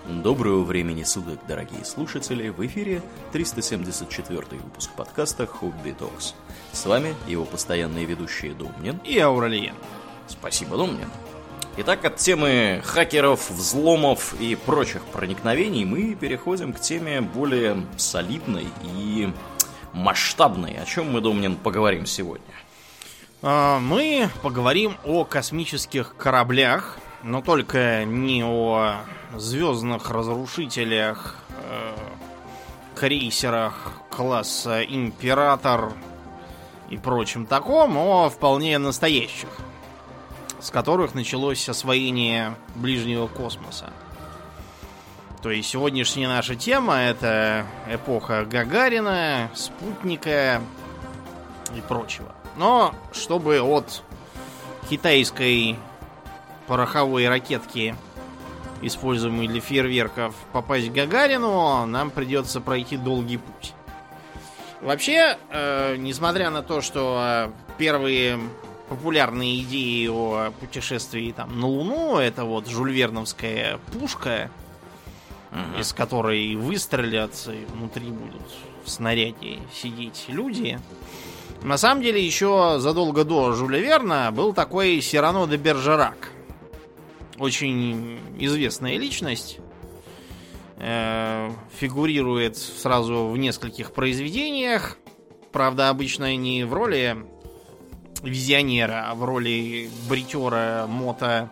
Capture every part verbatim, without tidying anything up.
Доброго времени суток, дорогие слушатели! В эфире триста семьдесят четвёртый выпуск подкаста Hobby Talks. С вами его постоянные ведущие Домнин и Ауралиен. Спасибо, Домнин. Итак, от темы хакеров, взломов и прочих проникновений мы переходим к теме более солидной и масштабной. О чем мы, Домнин, поговорим сегодня? Мы поговорим о космических кораблях, но только не о звездных разрушителях, э, крейсерах класса Император и прочем таком, а вполне настоящих, с которых началось освоение ближнего космоса. То есть сегодняшняя наша тема — это эпоха Гагарина, спутника и прочего. Но чтобы от китайской пороховой ракетки, используемой для фейерверков, попасть к Гагарину, нам придется пройти долгий путь. Вообще, э, несмотря на то, что первые популярные идеи о путешествии там на Луну, это вот жюльверновская пушка, uh-huh. из которой выстрелят, и внутри будут в снаряде сидеть люди. На самом деле, еще задолго до Жюля Верна был такой Сирано де Бержерак. Очень известная личность. Э, фигурирует сразу в нескольких произведениях. Правда, обычно не в роли визионера, а в роли бритера, мота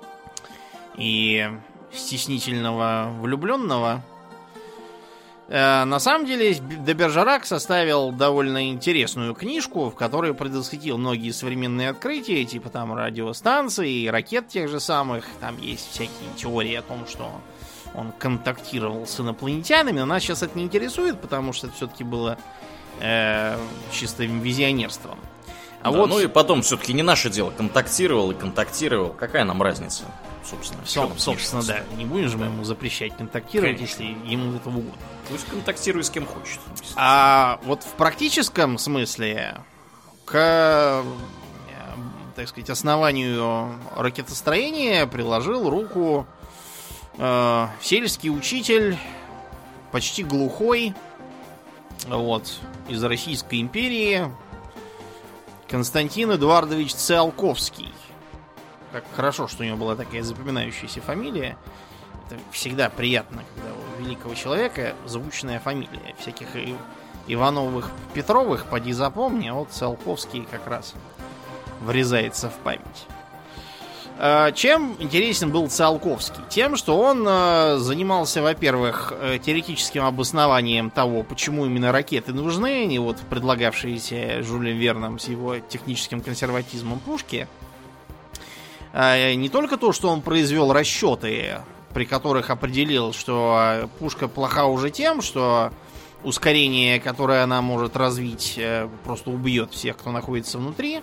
и стеснительного влюбленного. Э, на самом деле, де Бержерак составил довольно интересную книжку, в которой предвосхитил многие современные открытия, типа там радиостанций, ракет тех же самых. Там есть всякие теории о том, что он контактировал с инопланетянами, но нас сейчас это не интересует, потому что это все-таки было э, чистым визионерством. А да, вот... Ну и потом все-таки не наше дело, контактировал и контактировал. Какая нам разница, собственно? Соб, собственно, да. Не будем же мы ему запрещать контактировать, Конечно. если ему это угодно. Пусть контактирует с кем хочет. А вот в практическом смысле к, так сказать, основанию ракетостроения приложил руку э, сельский учитель, почти глухой, вот, из Российской империи, Константин Эдуардович Циолковский. Как хорошо, что у него была такая запоминающаяся фамилия. Это всегда приятно, когда у великого человека звучная фамилия. Всяких Ивановых, Петровых поди запомни, а вот Циолковский как раз врезается в память. Чем интересен был Циолковский? Тем, что он занимался, во-первых, теоретическим обоснованием того, почему именно ракеты нужны, не вот предлагавшиеся Жюлем Верном с его техническим консерватизмом пушки. Не только то, что он произвел расчеты, при которых определил, что пушка плоха уже тем, что ускорение, которое она может развить, просто убьет всех, кто находится внутри,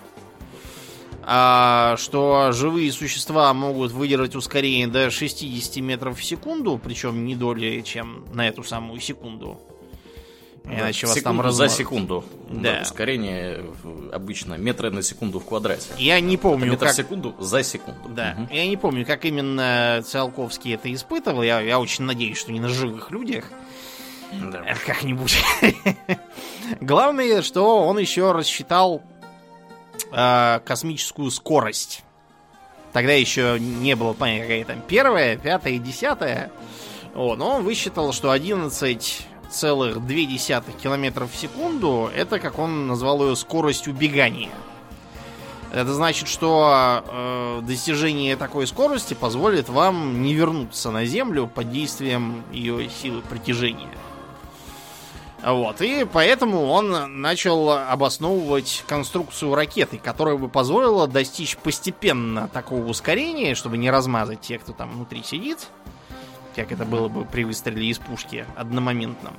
а что живые существа могут выдержать ускорение до шестьдесят метров в секунду, причем не долей, чем на эту самую секунду. Иначе вас там размажут. За секунду. Да. Да, ускорение обычно метры на секунду в квадрате. Я не помню, метр как... в секунду за секунду. Да. Угу. Я не помню, как именно Циолковский это испытывал. Я, я очень надеюсь, что не на живых людях. Да. Как-нибудь. Главное, что он еще рассчитал э, космическую скорость. Тогда еще не было понятия, какая там первая, пятая и десятая. Вот. Но он высчитал, что одиннадцать целых две десятых километров в секунду — это, как он назвал ее, скорость убегания. Это значит, что э, достижение такой скорости позволит вам не вернуться на Землю под действием ее силы притяжения. Вот. И поэтому он начал обосновывать конструкцию ракеты, которая бы позволила достичь постепенно такого ускорения, чтобы не размазать тех, кто там внутри сидит, как это было бы при выстреле из пушки одномоментном.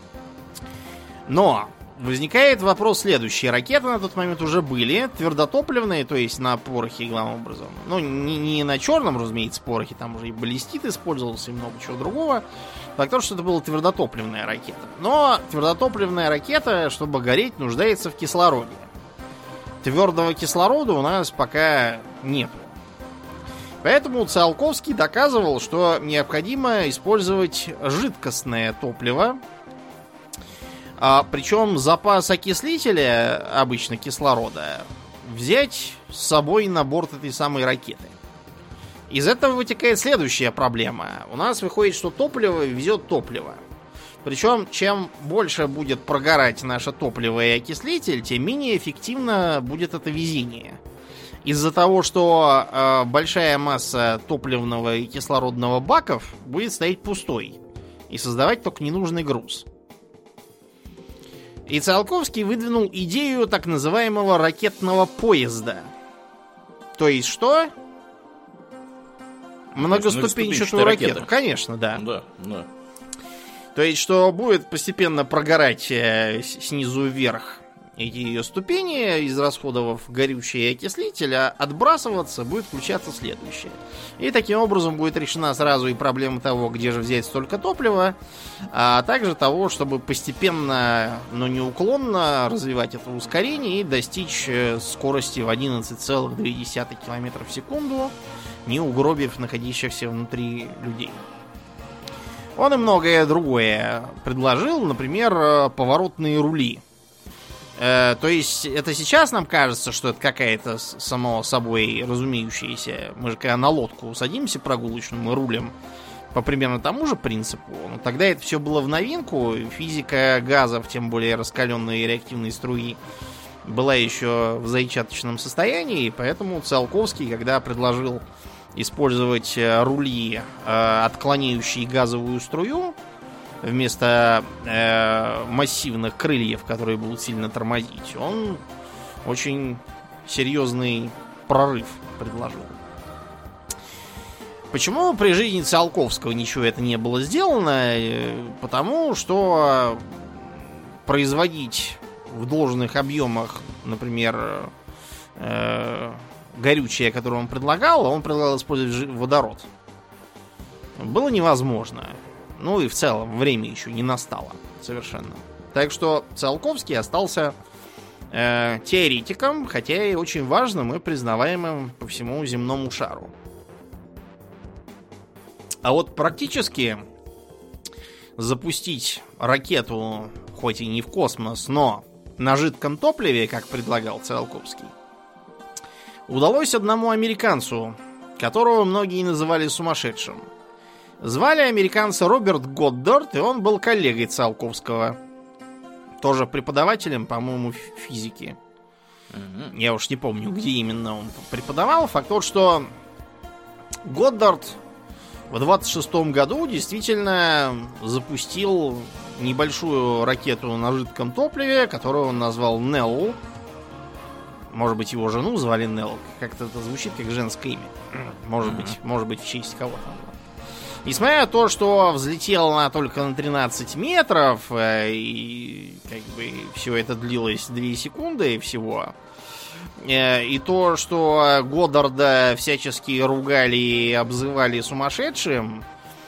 Но возникает вопрос следующий. Ракеты на тот момент уже были твердотопливные, то есть на порохе, главным образом. Ну, не, не на черном, разумеется, порохе, там уже и баллистит использовался, и много чего другого. Факт то, что это была твердотопливная ракета. Но твердотопливная ракета, чтобы гореть, нуждается в кислороде. Твердого кислорода у нас пока нету. Поэтому Циолковский доказывал, что необходимо использовать жидкостное топливо. А, причем запас окислителя, обычно кислорода, взять с собой на борт этой самой ракеты. Из этого вытекает следующая проблема. У нас выходит, что топливо везет топливо. Причем, чем больше будет прогорать наше топливо и окислитель, тем менее эффективно будет это везение. Из-за того, что э, большая масса топливного и кислородного баков будет стоять пустой и создавать только ненужный груз. И Циолковский выдвинул идею так называемого ракетного поезда. То есть что? Многоступенчатую ракету. Ракета. Конечно, да. Да, да. То есть, что будет постепенно прогорать э, снизу вверх эти ее ступени, израсходовав горючий окислитель, а отбрасываться будет включаться следующее. И таким образом будет решена сразу и проблема того, где же взять столько топлива, а также того, чтобы постепенно, но неуклонно развивать это ускорение и достичь скорости в одиннадцать целых две десятых километра в секунду, не угробив находящихся внутри людей. Он и многое другое предложил, например, поворотные рули. Э, то есть, это сейчас нам кажется, что это какая-то само собой разумеющаяся. Мы же когда на лодку садимся прогулочную, мы рулим по примерно тому же принципу. Но тогда это все было в новинку. Физика газов, тем более раскаленной реактивной струи, была еще в зачаточном состоянии. Поэтому Циолковский, когда предложил использовать рули, э, отклоняющие газовую струю, вместо э, массивных крыльев, которые будут сильно тормозить, он очень серьезный прорыв предложил. Почему при жизни Циолковского ничего это не было сделано? Потому что производить в должных объемах, например, э, горючее, которое он предлагал, он предлагал использовать водород, было невозможно. Ну и в целом время еще не настало совершенно. Так что Циолковский остался э, теоретиком, хотя и очень важным и признаваемым по всему земному шару. А вот практически запустить ракету, хоть и не в космос, но на жидком топливе, как предлагал Циолковский, удалось одному американцу, которого многие называли сумасшедшим. Звали американца Роберт Годдард, и он был коллегой Циолковского. Тоже преподавателем, по-моему, физики. Mm-hmm. Я уж не помню, где именно он преподавал. Факт тот, что Годдард в двадцать шестом году действительно запустил небольшую ракету на жидком топливе, которую он назвал Нелл. Может быть, его жену звали Нелл. Как-то это звучит как женское имя. Может mm-hmm. быть, может быть, в честь кого-то. Несмотря на то, что взлетела она только на тринадцать метров, и как бы все это длилось две секунды всего, и то, что Годдарда всячески ругали и обзывали сумасшедшим,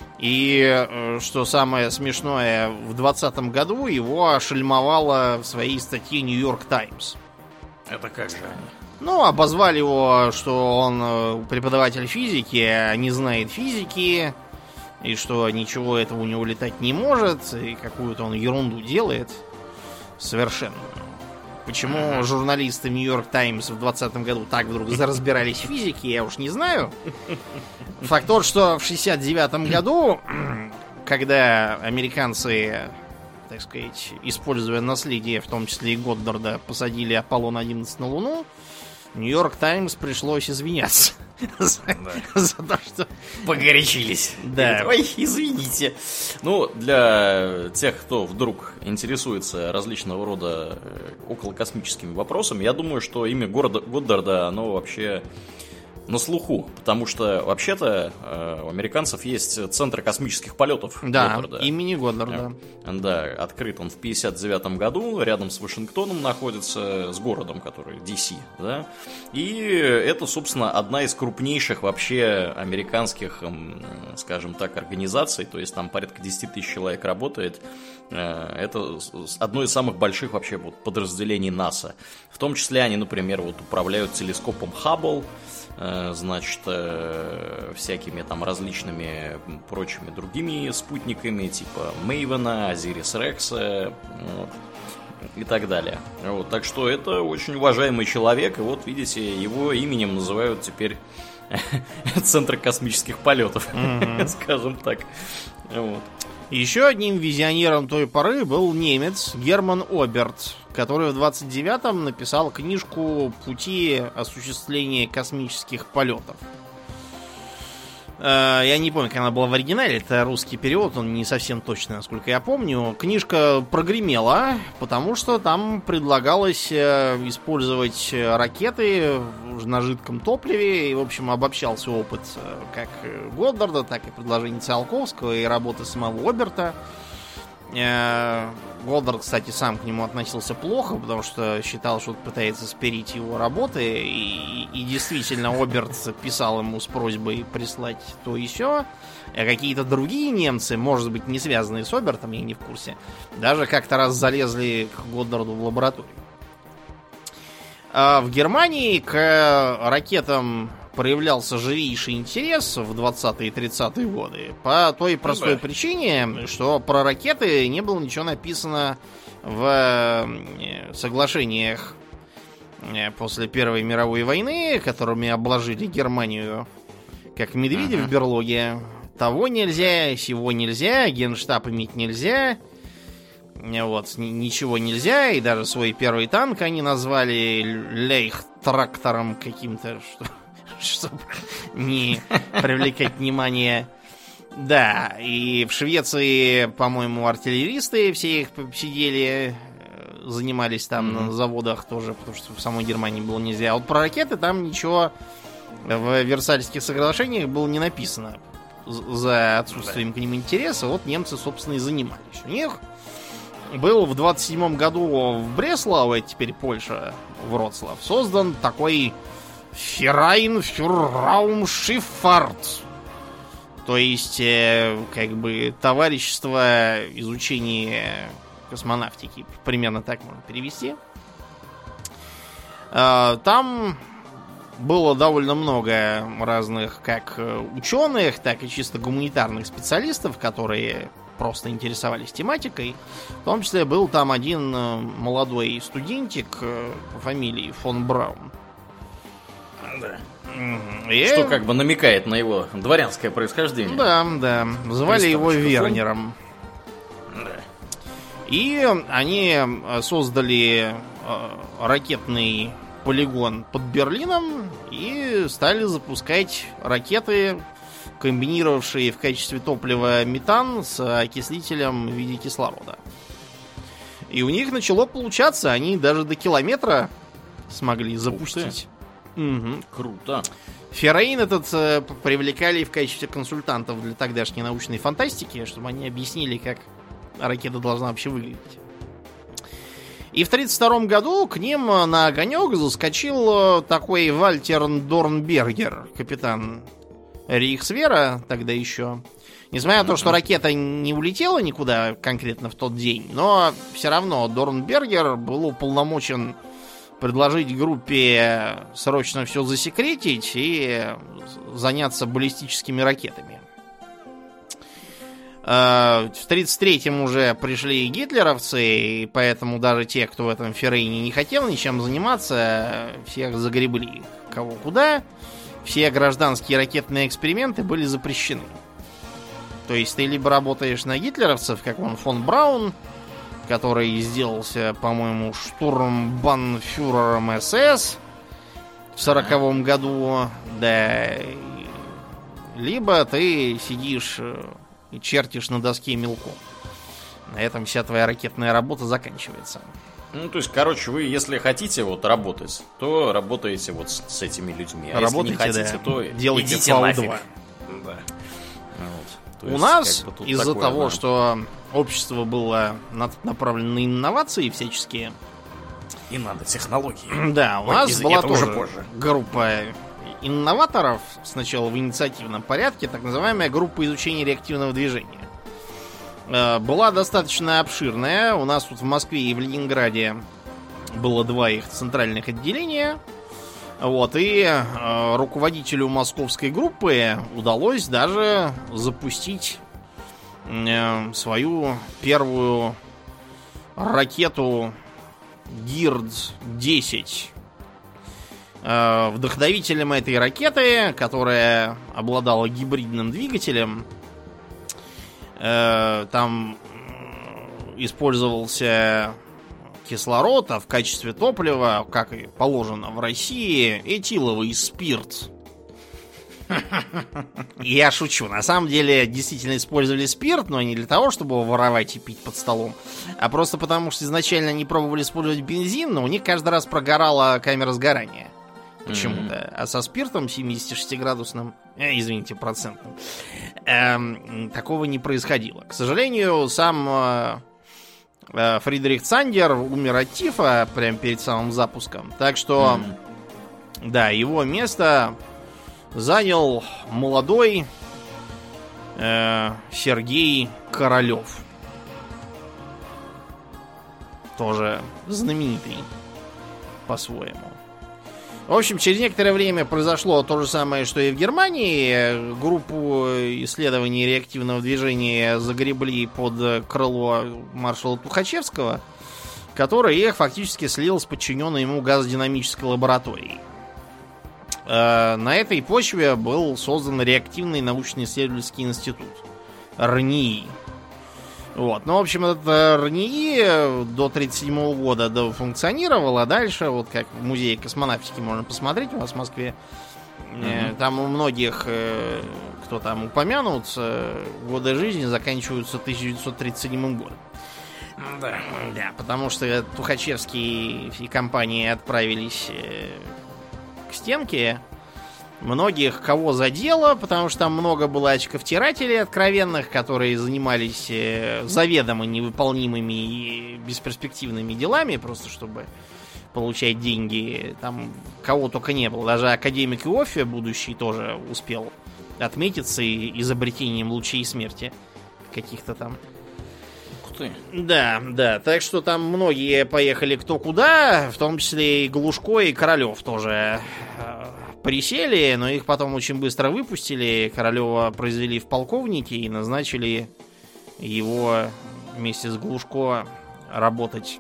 и, что самое смешное, в двадцатом году его ошельмовала в своей статье Нью-Йорк Таймс. Это как же они? Ну, обозвали его, что он преподаватель физики, а не знает физики, и что ничего этого у него летать не может, и какую-то он ерунду делает совершенно. Почему uh-huh. журналисты Нью-Йорк Таймс в двадцатом году так вдруг разбирались в физике, я уж не знаю. Факт тот, что в шестьдесят девятом году, когда американцы, так сказать, используя наследие, в том числе и Годдарда, посадили Аполлон одиннадцать на Луну, Нью-Йорк Таймс пришлось извиняться за, за то, что погорячились. Да. Ой, извините. Ну, для тех, кто вдруг интересуется различного рода околокосмическими вопросами, я думаю, что имя города Годдарда, оно вообще на слуху, потому что вообще-то э, у американцев есть центр космических полетов. Да, Годдарда. Имени Годдарда. Да, открыт он в пятьдесят девятом году, рядом с Вашингтоном находится, с городом, который Ди Си, да. И это, собственно, одна из крупнейших вообще американских, скажем так, организаций, то есть там порядка десять тысяч человек работает. Это одно из самых больших вообще вот подразделений НАСА. В том числе они, например, вот управляют телескопом Хаббл. значит, всякими там различными прочими другими спутниками, типа Мейвена, Азирис Рекса, вот, и так далее. Вот, так что это очень уважаемый человек, и вот, видите, его именем называют теперь Центр космических полетов, mm-hmm. скажем так. Вот. Еще одним визионером той поры был немец Герман Оберт, который в двадцать девятом написал книжку «Пути осуществления космических полетов». Я не помню, как она была в оригинале, это русский перевод, он не совсем точный, насколько я помню. Книжка прогремела, потому что там предлагалось использовать ракеты на жидком топливе, и, в общем, обобщался опыт как Годдарда, так и предложений Циолковского, и работы самого Оберта. Годдард, кстати, сам к нему относился плохо, потому что считал, что пытается спереть его работы, и, и действительно Оберт писал ему с просьбой прислать то и сё, а какие-то другие немцы, может быть, не связанные с Обертом, я не в курсе, даже как-то раз залезли к Годдарду в лабораторию. А в Германии к ракетам проявлялся живейший интерес в двадцатые и тридцатые годы по той простой ну, да. причине, что про ракеты не было ничего написано в соглашениях после Первой мировой войны, которыми обложили Германию как медведи uh-huh. в берлоге. Того нельзя, сего нельзя, генштаб иметь нельзя, вот, ничего нельзя, и даже свой первый танк они назвали лейх-трактором каким-то, что... чтобы не привлекать внимание. Да, и в Швеции, по-моему, артиллеристы все их сидели, занимались там mm-hmm. на заводах тоже, потому что в самой Германии было нельзя. А вот про ракеты там ничего в Версальских соглашениях было не написано за отсутствием к ним интереса. Вот немцы, собственно, и занимались. У них был в двадцать седьмом году в Бреслау, теперь Польша, Вроцлав, создан такой Verein für Raumschifffahrt. То есть, э, как бы, товарищество изучения космонавтики. Примерно так можно перевести. Э, там было довольно много разных как ученых, так и чисто гуманитарных специалистов, которые просто интересовались тематикой. В том числе был там один молодой студентик по фамилии фон Браун. Да. И... Что как бы намекает на его дворянское происхождение. Да, да. Звали его Вернером. Да. И они создали ракетный полигон под Берлином и стали запускать ракеты, комбинировавшие в качестве топлива метан с окислителем в виде кислорода. И у них начало получаться. Они даже до километра смогли запустить. Угу. Круто. Феррейн этот э, привлекали в качестве консультантов для тогдашней научной фантастики, чтобы они объяснили, как ракета должна вообще выглядеть. И в тридцать втором году к ним на огонек заскочил такой Вальтер Дорнбергер, капитан Рейхсвера тогда еще. Несмотря на то, что ракета не улетела никуда конкретно в тот день, но все равно Дорнбергер был уполномочен предложить группе срочно все засекретить и заняться баллистическими ракетами. В тридцать третьем уже пришли гитлеровцы, и поэтому даже те, кто в этом Феррейне не хотел ничем заниматься, всех загребли кого куда. Все гражданские ракетные эксперименты были запрещены. То есть ты либо работаешь на гитлеровцев, как он фон Браун, который сделался, по-моему, штурмбанфюрером эс эс в сороковом году, да, либо ты сидишь и чертишь на доске мелком. На этом вся твоя ракетная работа заканчивается. Ну, то есть, короче, вы, если хотите вот работать, то работаете вот с, с этими людьми. А работайте, если не хотите, да. то делайте идите нафиг. Да. Вот. У есть, нас как бы, из-за такое, того, да. что общество было направлено на инновации всяческие. И надо технологии. Да, у Ой, нас была тоже позже. группа инноваторов, сначала в инициативном порядке, так называемая группа изучения реактивного движения. Была достаточно обширная. У нас тут в Москве и в Ленинграде было два их центральных отделения. Вот, и э, руководителю московской группы удалось даже запустить э, свою первую ракету Гирд десять. Э, вдохновителем этой ракеты, которая обладала гибридным двигателем, э, там использовался кислород, а в качестве топлива, как и положено в России, этиловый спирт. Я шучу. На самом деле, действительно использовали спирт, но не для того, чтобы его воровать и пить под столом, а просто потому, что изначально они пробовали использовать бензин, но у них каждый раз прогорала камера сгорания. Почему-то. Mm-hmm. А со спиртом семидесятишестиградусным, э, извините, процентным, э, такого не происходило. К сожалению, сам э, э, Фридрих Цандер умер от тифа прямо перед самым запуском. Так что, mm-hmm. да, его место занял молодой э, Сергей Королев. Тоже знаменитый по-своему. В общем, через некоторое время произошло то же самое, что и в Германии. Группу исследований реактивного движения загребли под крыло маршала Тухачевского, который их фактически слил с подчиненной ему газодинамической лабораторией. На этой почве был создан реактивный научно-исследовательский институт РНИИ. Вот. Ну, в общем, этот РНИИ до тридцать седьмого года функционировал, а дальше, вот как в музее космонавтики можно посмотреть у нас в Москве, mm-hmm. там у многих, кто там упомянут, годы жизни заканчиваются тысяча девятьсот тридцать седьмым годом. Да, да, потому что Тухачевский и компания отправились к стенке. Многих кого задело, потому что там много было очковтирателей откровенных, которые занимались заведомо невыполнимыми и бесперспективными делами, просто чтобы получать деньги. Там кого только не было. Даже академик Иоффе, будущий, тоже успел отметиться и изобретением лучей смерти каких-то там. Ух ты. Да, да. Так что там многие поехали кто куда, в том числе и Глушко, и Королев тоже присели, но их потом очень быстро выпустили. Королева произвели в полковники и назначили его вместе с Глушко работать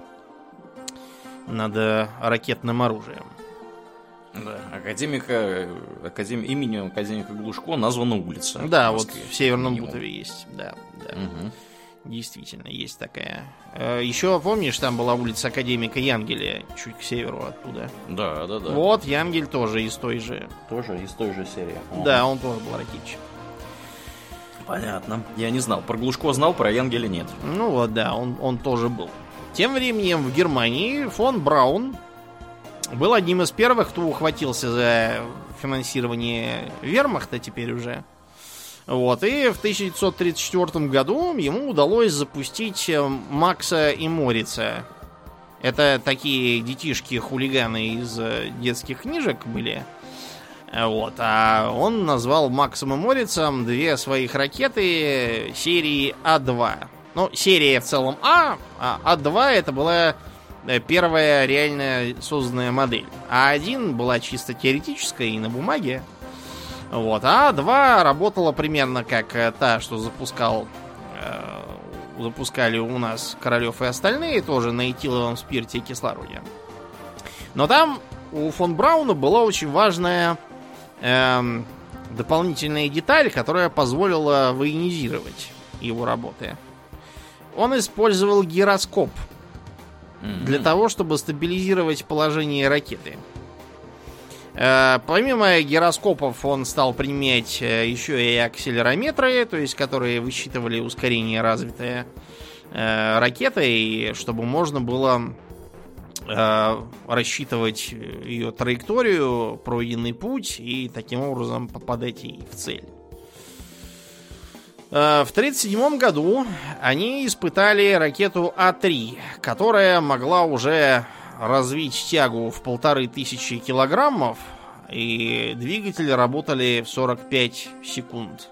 над ракетным оружием. Да, академика, академ... именем академика Глушко названа улица. Да, в вот в Северном Бутове есть. Да, да. Угу. Действительно, есть такая. Еще, помнишь, там была улица академика Янгеля, чуть к северу оттуда. Да, да, да. Вот, Янгель тоже из той же. Тоже из той же серии. О. Да, он тоже был ракетчик. Понятно. Я не знал. Про Глушко знал, про Янгеля нет. Ну вот, да, он, он тоже был. Тем временем в Германии фон Браун был одним из первых, кто ухватился за финансирование вермахта теперь уже. Вот, и в тысяча девятьсот тридцать четвёртом году ему удалось запустить Макса и Морица. Это такие детишки-хулиганы из детских книжек были. Вот, а он назвал Максом и Морицем две своих ракеты серии А два. Ну, серия в целом А, а А2 это была первая реально созданная модель. А один была чисто теоретическая и на бумаге. Вот, а А2 работала примерно как та, что запускал, э, запускали у нас Королев и остальные, тоже на этиловом спирте и кислороде. Но там у фон Брауна была очень важная э, дополнительная деталь, которая позволила военизировать его работы. Он использовал гироскоп mm-hmm. для того, чтобы стабилизировать положение ракеты. Помимо гироскопов он стал применять еще и акселерометры, то есть которые высчитывали ускорение развитое э, ракетой, чтобы можно было э, рассчитывать ее траекторию, пройденный путь и таким образом попадать ей в цель. Э, в тридцать седьмом году они испытали ракету А три, которая могла уже развить тягу в полторы тысячи килограммов, и двигатели работали в сорок пять секунд.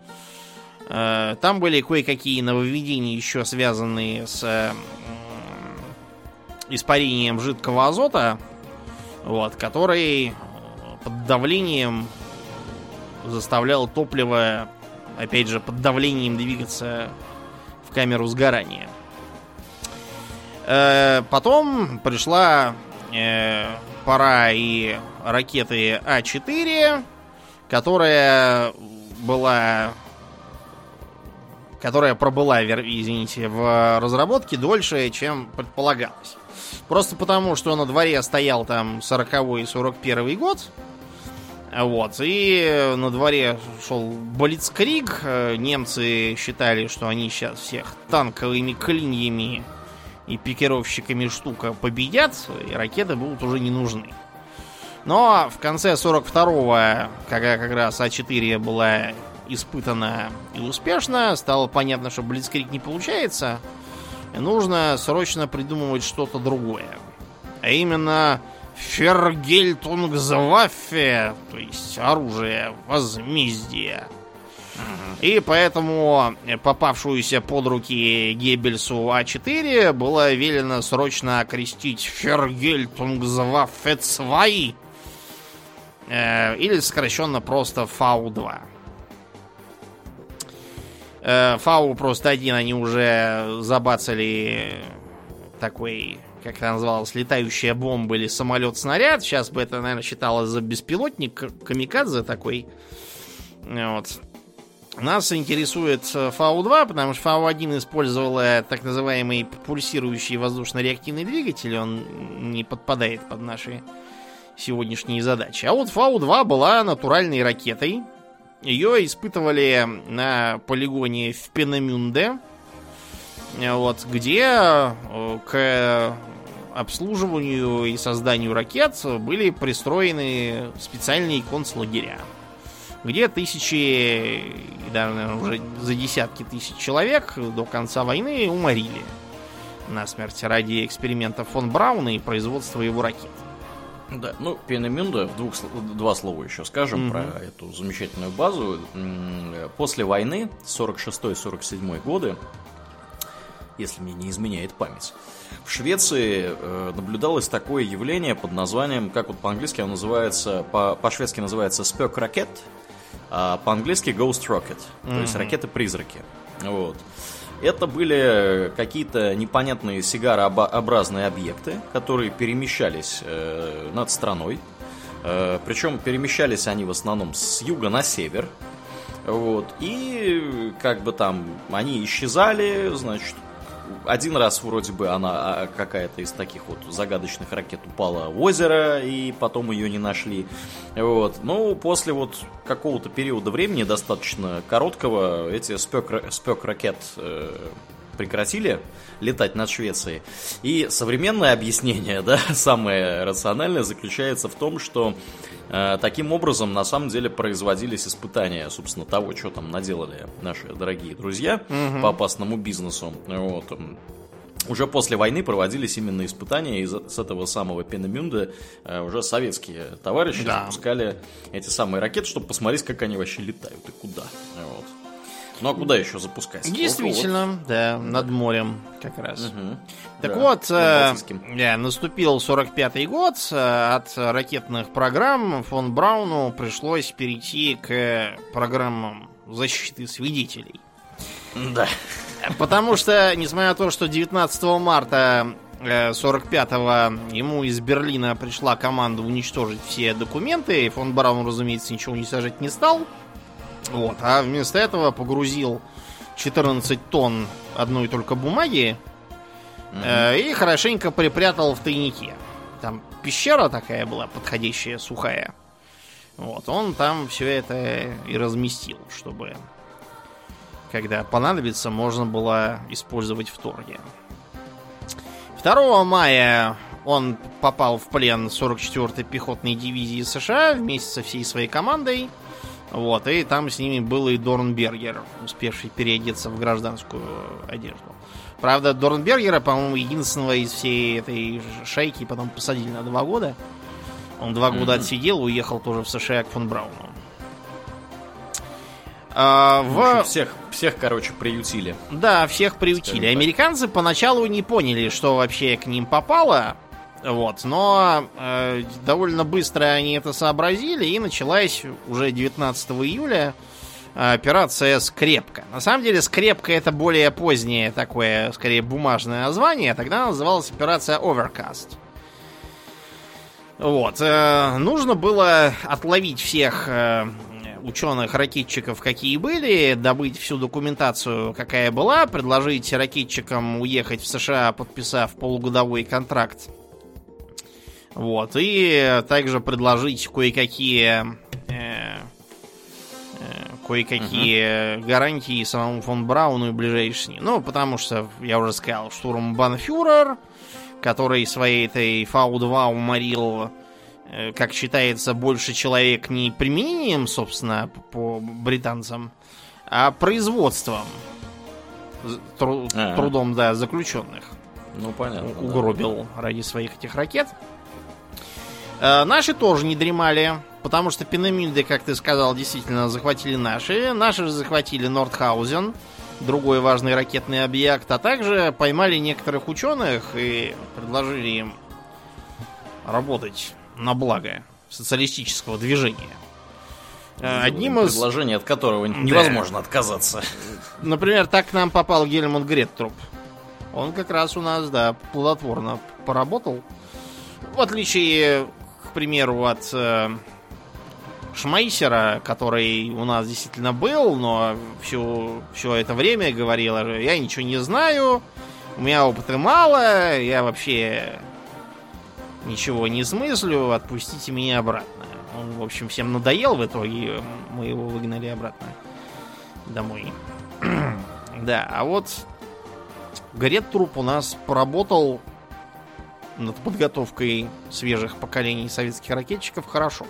Там были кое-какие нововведения, еще связанные с испарением жидкого азота, вот, который под давлением заставлял топливо, опять же, под давлением двигаться в камеру сгорания. Потом пришла пора и ракеты А четыре, которая была... которая пробыла, извините, в разработке дольше, чем предполагалось. Просто потому, что на дворе стоял там сороковой и сорок первый год. Вот, и на дворе шел Блицкриг. Немцы считали, что они сейчас всех танковыми клиньями и пикировщиками штука победят, и ракеты будут уже не нужны. Но в конце сорок второго, когда как раз А четыре была испытана и успешно, стало понятно, что Блицкриг не получается, и нужно срочно придумывать что-то другое. А именно Фергельтунгсваффе, то есть оружие возмездия. И поэтому попавшуюся под руки Геббельсу А четыре было велено срочно окрестить Фергельтунгсваффе два, э, или сокращенно просто Фау два. Э, Фау просто один они уже забацали такой, как это называлось, летающая бомба или самолет-снаряд. Сейчас бы это, наверное, считалось за беспилотник камикадзе такой. Вот. Нас интересует Фау два, потому что Фау один использовала так называемый пульсирующий воздушно-реактивный двигатель. Он не подпадает под наши сегодняшние задачи. А вот Фау два была натуральной ракетой. Ее испытывали на полигоне в Пенемюнде, вот, где к обслуживанию и созданию ракет были пристроены специальные концлагеря, где тысячи, даже, наверное, уже за десятки тысяч человек до конца войны уморили насмерть ради экспериментов фон Брауна и производства его ракет. Да, ну, Пенемюнде, в двух, два слова еще скажем mm-hmm. про эту замечательную базу. После войны, сорок шестой сорок седьмой годы, если мне не изменяет память, в Швеции э, наблюдалось такое явление под названием, как вот по-английски оно называется, по- по-шведски называется Spökracket, а по-английски Ghost Rocket, mm-hmm. то есть ракеты-призраки. Вот. Это были какие-то непонятные сигарообразные объекты, которые перемещались э, над страной. Э, причем перемещались они в основном с юга на север. Вот. И как бы там они исчезали, значит, один раз вроде бы она какая-то из таких вот загадочных ракет упала в озеро, и потом ее не нашли. Вот. Ну, после вот какого-то периода времени, достаточно короткого, эти спёк-ракет э, прекратили летать над Швецией. И современное объяснение, да, самое рациональное, заключается в том, что э, таким образом на самом деле производились испытания, собственно, того, что там наделали наши дорогие друзья угу. по опасному бизнесу. Вот. Уже после войны проводились именно испытания, и с этого самого Пенемюнде э, уже советские товарищи да. запускали эти самые ракеты, чтобы посмотреть, как они вообще летают и куда. Вот. Ну а куда еще запускать? Действительно, вот. да, над морем как раз. Угу. Так да, вот, э, да, наступил сорок пятый год, от ракетных программ фон Брауну пришлось перейти к программам защиты свидетелей. Да. Потому что, несмотря на то, что девятнадцатого марта сорок пятого ему из Берлина пришла команда уничтожить все документы, и фон Браун, разумеется, ничего уничтожать не стал. Вот, а вместо этого погрузил четырнадцать тонн одной только бумаги mm-hmm. э, и хорошенько припрятал в тайнике. Там пещера такая была, подходящая, сухая. Вот, он там все это и разместил, чтобы, когда понадобится, можно было использовать в торге. второго мая он попал в плен сорок четвёртой пехотной дивизии США вместе со всей своей командой. Вот, и там с ними был и Дорнбергер, успевший переодеться в гражданскую одежду. Правда, Дорнбергера, по-моему, единственного из всей этой шайки потом посадили на два года. Он два года mm-hmm. отсидел, уехал тоже в США к фон Брауну. А, в... в общем, всех, всех, короче, приютили. Да, всех приютили. Американцы поначалу не поняли, что вообще к ним попало. Вот, но э, довольно быстро они это сообразили, и началась уже девятнадцатого июля операция «Скрепка». На самом деле «Скрепка» — это более позднее такое, скорее, бумажное название. Тогда называлась операция «Overcast». Вот. Э, нужно было отловить всех э, ученых-ракетчиков, какие были, добыть всю документацию, какая была, предложить ракетчикам уехать в США, подписав полугодовой контракт. Вот. И также предложить кое-какие... Э, кое-какие uh-huh. гарантии самому фон Брауну и ближайшим. Ну, потому что, я уже сказал, штурмбанфюрер, который своей этой Фау два уморил, как считается, больше человек не применением, собственно, по британцам, а производством, тру- uh-huh. трудом, да, заключенных. Ну, понятно. Угробил да. ради своих этих ракет. Э, наши тоже не дремали. Потому что Пинемюнде, как ты сказал, действительно захватили наши. Наши же захватили Нордхаузен, другой важный ракетный объект. А также поймали некоторых ученых и предложили им работать на благо социалистического движения. Одним из... Предложение, от которого невозможно да. отказаться. Например, так к нам попал Гельмут Греттруп. Он как раз у нас, да, плодотворно поработал. В отличие, к примеру, от... Шмейсера, который у нас действительно был, но все, все это время говорил, я ничего не знаю, у меня опыта мало, я вообще ничего не смыслю, отпустите меня обратно. Он, в общем, всем надоел в итоге, мы его выгнали обратно домой. Да, а вот Греттруп у нас поработал над подготовкой свежих поколений советских ракетчиков хорошо.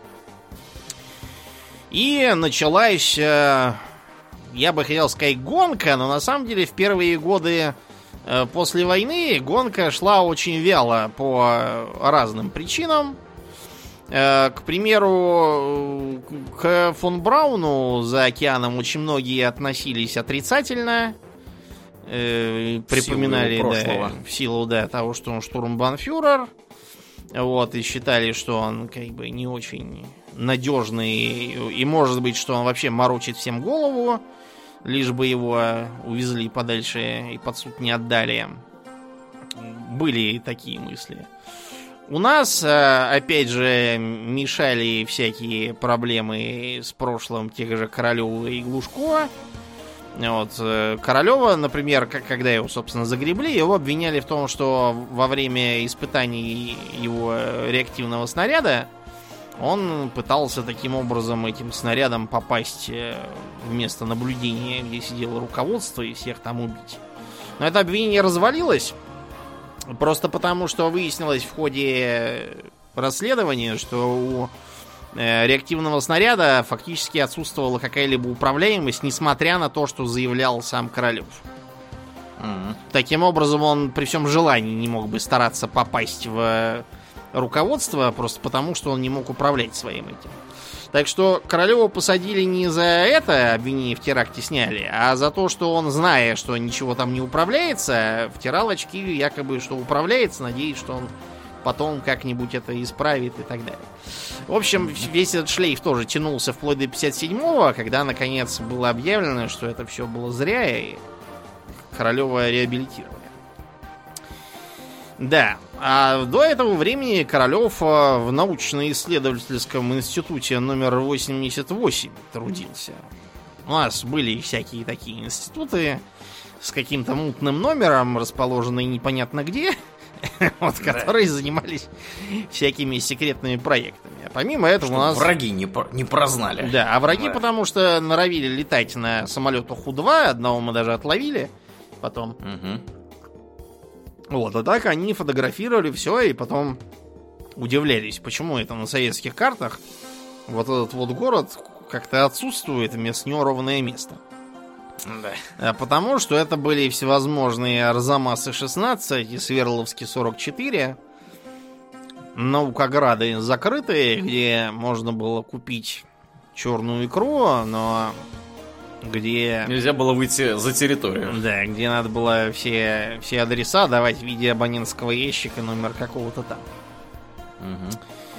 И началась, я бы хотел сказать, гонка, но на самом деле в первые годы после войны гонка шла очень вяло по разным причинам. К примеру, к фон Брауну за океаном очень многие относились отрицательно. Припоминали, да, в силу да, того, что он штурмбанфюрер. Вот, и считали, что он как бы не очень надежный, и может быть, что он вообще морочит всем голову, лишь бы его увезли подальше и под суд не отдали. Были такие мысли. У нас, опять же, мешали всякие проблемы с прошлым тех же Королева и Глушко. Вот. Королева, например, когда его, собственно, загребли, его обвиняли в том, что во время испытаний его реактивного снаряда он пытался таким образом этим снарядом попасть в место наблюдения, где сидело руководство, и всех там убить. Но это обвинение развалилось, просто потому, что выяснилось в ходе расследования, что у реактивного снаряда фактически отсутствовала какая-либо управляемость, несмотря на то, что заявлял сам Королев. Mm-hmm. Таким образом, он при всем желании не мог бы стараться попасть в руководство, просто потому, что он не мог управлять своим этим. Так что Королева посадили не за это, обвинение в теракте сняли, а за то, что он, зная, что ничего там не управляется, втирал очки якобы, что управляется, надеясь, что он потом как-нибудь это исправит и так далее. В общем, весь этот шлейф тоже тянулся вплоть до пятьдесят седьмого, когда, наконец, было объявлено, что это все было зря, и Королева реабилитировали. Да, а до этого времени Королев в научно-исследовательском институте номер восемьдесят восемь трудился. У нас были всякие такие институты с каким-то мутным номером, расположенные непонятно где, вот, которые занимались всякими секретными проектами. А помимо этого чтобы у нас... враги не, про... не прознали. Да, а враги да. потому что норовили летать на самолету Ху два, одного мы даже отловили потом. Угу. Вот, а так они фотографировали все и потом удивлялись, почему это на советских картах вот этот вот город как-то отсутствует, вместо него ровное место. Да. А потому что это были всевозможные Арзамасы шестнадцать и Свердловский сорок четыре, наукограды закрытые, где можно было купить черную икру, но где... Нельзя было выйти за территорию. Да, где надо было все, все адреса давать в виде абонентского ящика, номер какого-то там. Угу.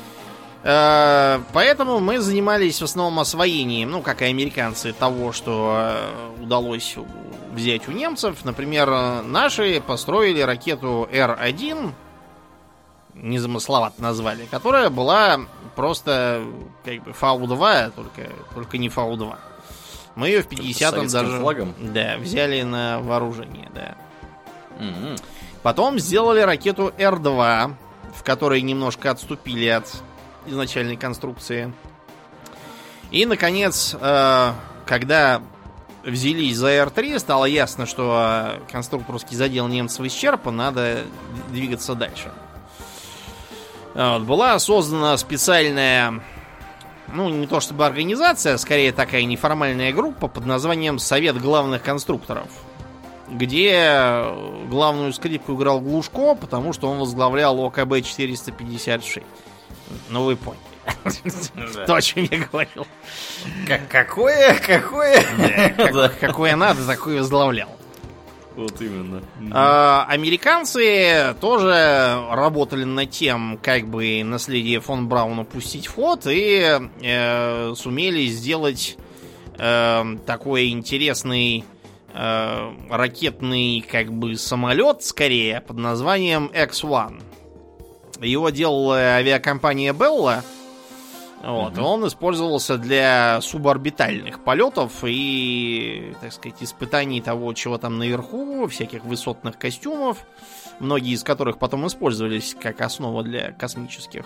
Поэтому мы занимались в основном освоением, ну, как и американцы, того, что удалось взять у немцев. Например, наши построили ракету Эр один, незамысловато назвали, которая была просто как бы Фау два, только, только не Фау два. Мы ее в пятидесятом даже флагом? Да, взяли на вооружение, да. Угу. Потом сделали ракету Эр два, в которой немножко отступили от изначальной конструкции. И, наконец, э, когда взялись за Эр три, стало ясно, что конструкторский задел немцев исчерпан, надо двигаться дальше. Вот, была создана специальная, ну, не то чтобы организация, скорее такая неформальная группа под названием Совет главных конструкторов, где главную скрипку играл Глушко, потому что он возглавлял О К Б четыреста пятьдесят шесть. Ну, вы поняли. То, о чем я говорил. Какое? Какое? Какое надо, такое возглавлял. Вот именно. Американцы тоже работали над тем, как бы наследие фон Брауна пустить в ход, и сумели сделать такой интересный ракетный как бы самолет, скорее, под названием Икс один. Его делала авиакомпания Белла. Вот, mm-hmm. Он использовался для суборбитальных полетов и, так сказать, испытаний того, чего там наверху, всяких высотных костюмов, многие из которых потом использовались как основа для космических.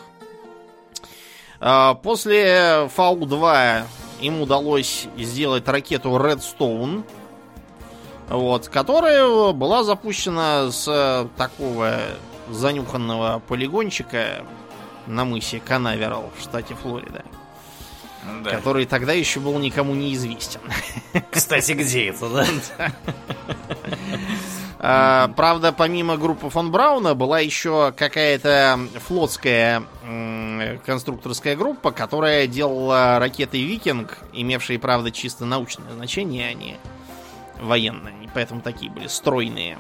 После Фау два им удалось сделать ракету Redstone, вот, которая была запущена с такого занюханного полигончика на мысе Канаверал в штате Флорида, да. Который тогда еще был никому неизвестен. Кстати, где это, да? а, правда, помимо группы фон Брауна была еще какая-то флотская м- конструкторская группа, которая делала ракеты Викинг, имевшие, правда, чисто научное значение, а не военное. И поэтому такие были стройные.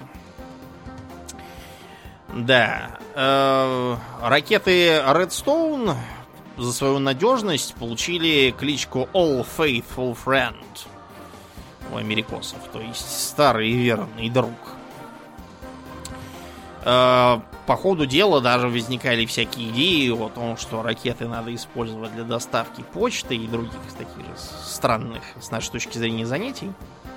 Да, э, ракеты Redstone за свою надежность получили кличку All Faithful Friend у америкосов, то есть старый и верный друг. Э, по ходу дела даже возникали всякие идеи о том, что ракеты надо использовать для доставки почты и других таких же странных, с нашей точки зрения, занятий.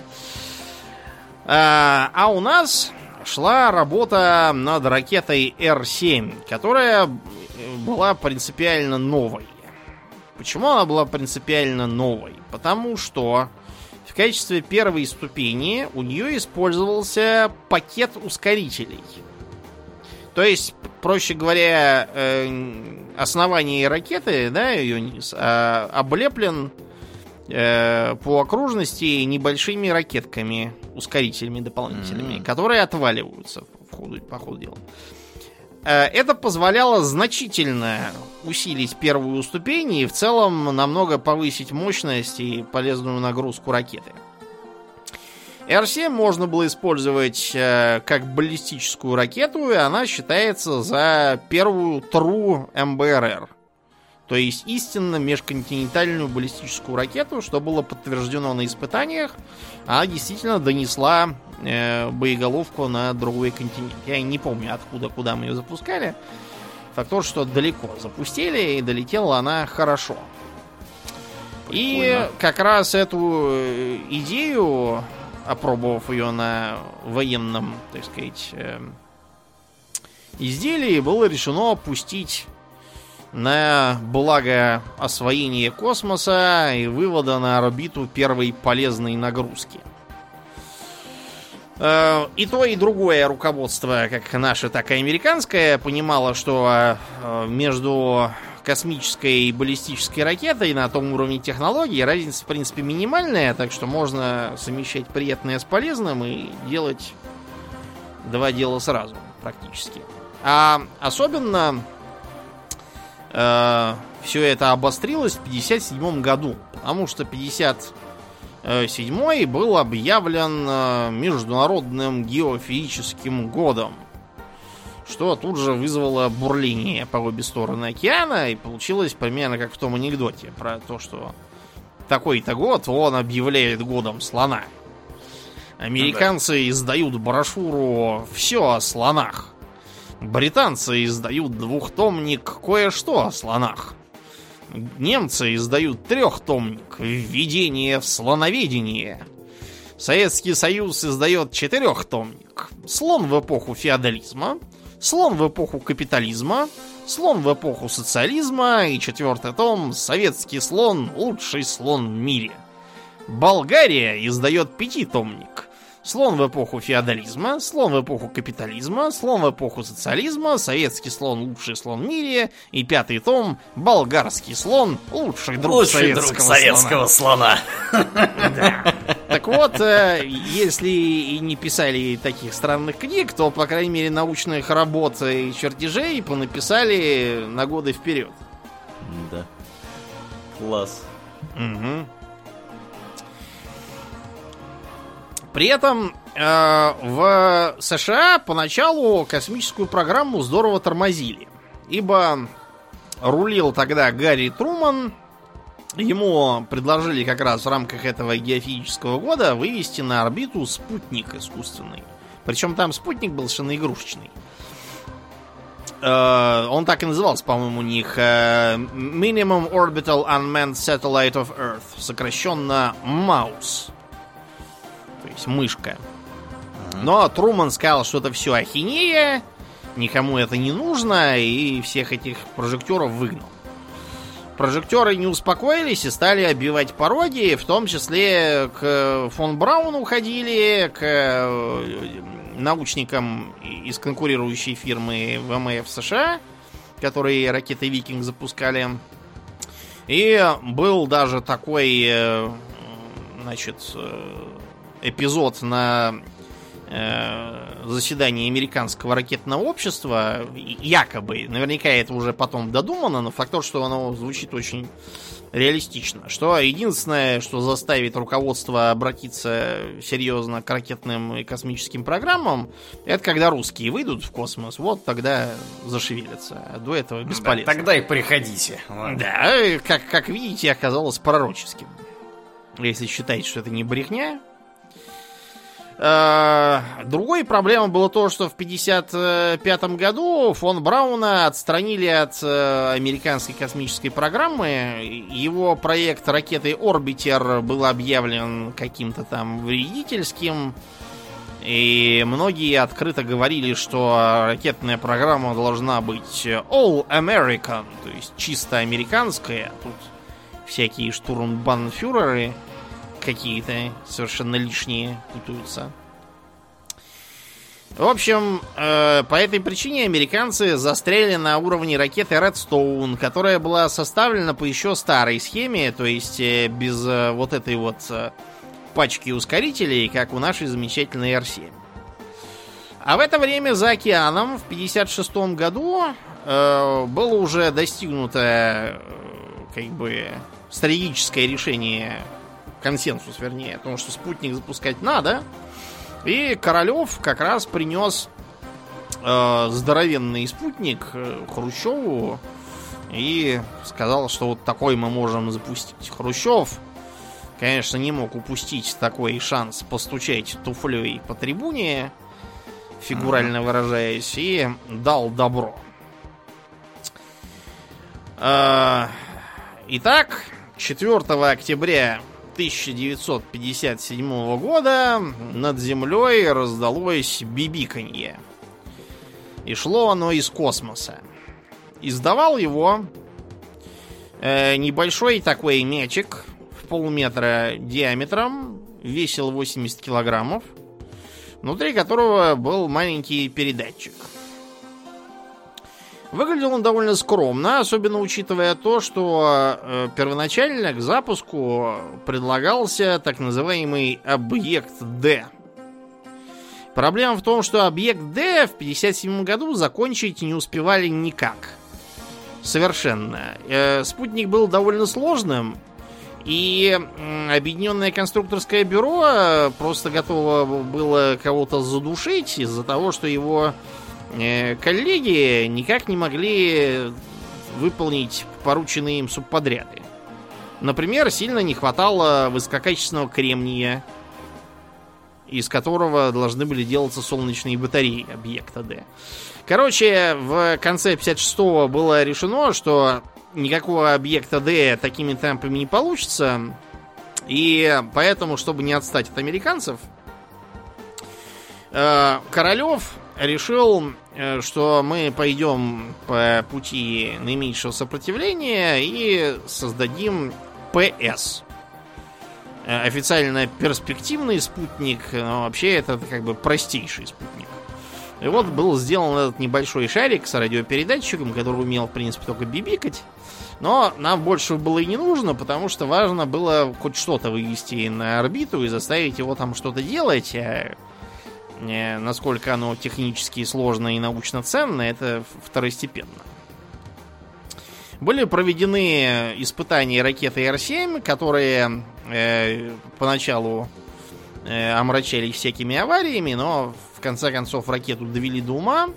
Э, а у нас шла работа над ракетой Эр семь, которая была принципиально новой. Почему она была принципиально новой? Потому что в качестве первой ступени у нее использовался пакет ускорителей. То есть, проще говоря, основание ракеты, да, ее низ, облеплен по окружности небольшими ракетками, ускорителями дополнительными, mm-hmm. которые отваливаются в ходу, по ходу дела. Это позволяло значительно усилить первую ступень и в целом намного повысить мощность и полезную нагрузку ракеты. Эр семь можно было использовать как баллистическую ракету, и она считается за первую True эм бэ эр эр. То есть истинно межконтинентальную баллистическую ракету, что было подтверждено на испытаниях. Она действительно донесла э, боеголовку на другой континент. Я не помню, откуда, куда мы ее запускали. Факт тот, что далеко запустили, и долетела она хорошо. Прикольно. И как раз эту идею, опробовав ее на военном, так сказать, э, изделии, было решено пустить на благо освоения космоса и вывода на орбиту первой полезной нагрузки. И то, и другое руководство, как наше, так и американское, понимало, что между космической и баллистической ракетой на том уровне технологий разница, в принципе, минимальная, так что можно совмещать приятное с полезным и делать два дела сразу, практически. А особенно все это обострилось в пятьдесят седьмом году, потому что пятьдесят седьмой был объявлен Международным геофизическим годом, что тут же вызвало бурление по обе стороны океана, и получилось примерно как в том анекдоте про то, что такой-то год он объявляет годом слона. Американцы да. издают брошюру «Все о слонах». Британцы издают двухтомник «Кое-что о слонах». Немцы издают трехтомник «Введение в слоноведение». Советский Союз издает четырехтомник «Слон в эпоху феодализма», «Слон в эпоху капитализма», «Слон в эпоху социализма» и четвертый том «Советский слон – лучший слон в мире». Болгария издает пятитомник «Слон в эпоху феодализма», «Слон в эпоху капитализма», «Слон в эпоху социализма», «Советский слон – лучший слон в мире» и пятый том «Болгарский слон – лучший друг лучший советского, друг советского слона». Да. Так вот, если и не писали таких странных книг, то, по крайней мере, научных работ и чертежей понаписали на годы вперед. Да. Класс. Угу. При этом э, в США поначалу космическую программу здорово тормозили, ибо рулил тогда Гарри Труман. Ему предложили как раз в рамках этого геофизического года вывести на орбиту спутник искусственный. Причем там спутник был совершенно игрушечный. Э, он так и назывался, по-моему, у них э, Minimum Orbital Unmanned Satellite of Earth, сокращенно маус. То есть мышка. Но Труман сказал, что это все ахинея, никому это не нужно, и всех этих прожекторов выгнал. Прожекторы не успокоились и стали оббивать пародии, в том числе к фон Брауну ходили, к научникам из конкурирующей фирмы ВМФ США, которые ракеты «Викинг» запускали. И был даже такой, значит, эпизод на заседании американского ракетного общества, якобы, наверняка это уже потом додумано, но факт тот, что оно звучит очень реалистично, что единственное, что заставит руководство обратиться серьезно к ракетным и космическим программам, это когда русские выйдут в космос, вот тогда зашевелятся, а до этого бесполезно. Да, тогда и приходите. Да, как, как видите, оказалось пророческим. Если считать, что это не брехня. Другой проблемой было то, что в пятьдесят пятом году фон Брауна отстранили от американской космической программы. Его проект ракеты «Орбитер» был объявлен каким-то там вредительским. И многие открыто говорили, что ракетная программа должна быть all American, то есть чисто американская. Тут всякие штурмбанфюреры какие-то совершенно лишние путаются. В общем, э, по этой причине американцы застряли на уровне ракеты Redstone, которая была составлена по еще старой схеме, то есть э, без э, вот этой вот э, пачки ускорителей, как у нашей замечательной эр семь. А в это время за океаном в пятьдесят шестом году э, было уже достигнуто э, как бы стратегическое решение, консенсус, вернее, о том, что спутник запускать надо. И Королев как раз принес э, здоровенный спутник э, Хрущеву и сказал, что вот такой мы можем запустить. Хрущев, конечно, не мог упустить такой шанс постучать туфлей по трибуне, фигурально выражаясь, и дал добро. Э, итак, четвёртого октября тысяча девятьсот пятьдесят седьмого года над землей раздалось бибиканье. И шло оно из космоса. Издавал его э, небольшой такой мячик в полметра диаметром, весил восемьдесят килограммов, внутри которого был маленький передатчик. Выглядел он довольно скромно, особенно учитывая то, что э, первоначально к запуску предлагался так называемый объект Д. Проблема в том, что объект Д в пятьдесят седьмом году закончить не успевали никак. Совершенно. Э, спутник был довольно сложным, И Объединенное конструкторское бюро просто готово было кого-то задушить из-за того, что его коллеги никак не могли выполнить порученные им субподряды. Например, сильно не хватало высококачественного кремния, из которого должны были делаться солнечные батареи объекта Д. Короче, в конце пятьдесят шестого было решено, что никакого объекта Д такими темпами не получится. И поэтому, чтобы не отстать от американцев, Королев решил, что мы пойдем по пути наименьшего сопротивления и создадим ПС. Официально перспективный спутник, но вообще это как бы простейший спутник. И вот был сделан этот небольшой шарик с радиопередатчиком, который умел, в принципе, только бибикать. Но нам больше было и не нужно, потому что важно было хоть что-то вывести на орбиту и заставить его там что-то делать. А насколько оно технически сложно и научно ценно, это второстепенно. Были проведены испытания ракеты Р семь, которые э, поначалу э, омрачались всякими авариями, но в конце концов ракету довели до ума.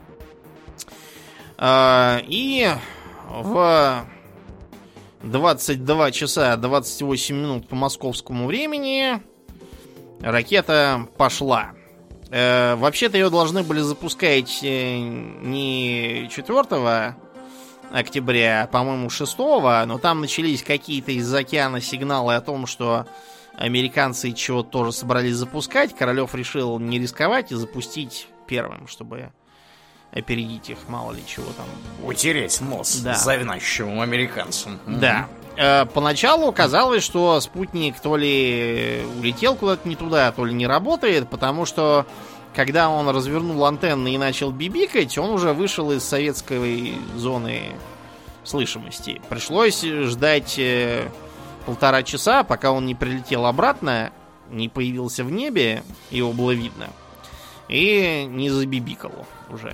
Э, и в двадцать два часа двадцать восемь минут по московскому времени ракета пошла. Э, вообще-то ее должны были запускать не четвёртого октября, по-моему, шестого, но там начались какие-то из океана сигналы о том, что американцы чего-то тоже собрались запускать. Королев решил не рисковать и запустить первым, чтобы опередить их, мало ли чего там. Утереть нос да. завинащивым американцам. Да. Э, поначалу казалось, что спутник то ли улетел куда-то не туда, то ли не работает, потому что когда он развернул антенны и начал бибикать, он уже вышел из советской зоны слышимости. Пришлось ждать э, полтора часа, пока он не прилетел обратно, не появился в небе, его было видно, и не забибикал уже.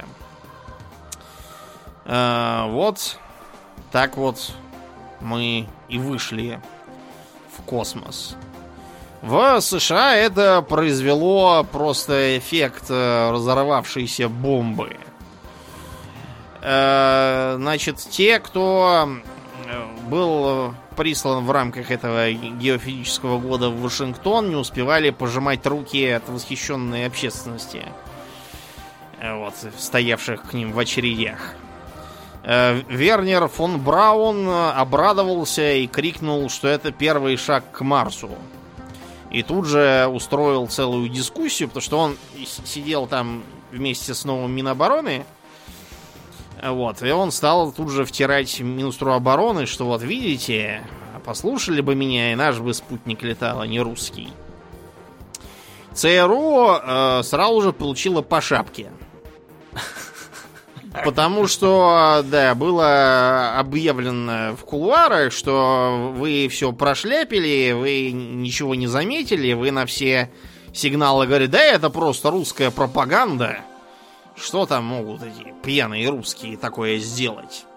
Э, вот так вот мы и вышли в космос. В США это произвело просто эффект разорвавшейся бомбы. Значит, те, кто был прислан в рамках этого геофизического года в Вашингтон, не успевали пожимать руки от восхищенной общественности, вот, стоявших к ним в очередях. Вернер фон Браун обрадовался и крикнул, что это первый шаг к Марсу. И тут же устроил целую дискуссию, потому что он сидел там вместе с новым Минобороны. Вот, и он стал тут же втирать министру обороны, что вот видите, послушали бы меня, и наш бы спутник летал, а не русский. ЦРУ э, сразу же получила по шапке. Потому что, да, было объявлено в кулуарах, что вы все прошляпили, вы ничего не заметили, вы на все сигналы говорите, да это просто русская пропаганда. Что там могут эти пьяные русские такое сделать?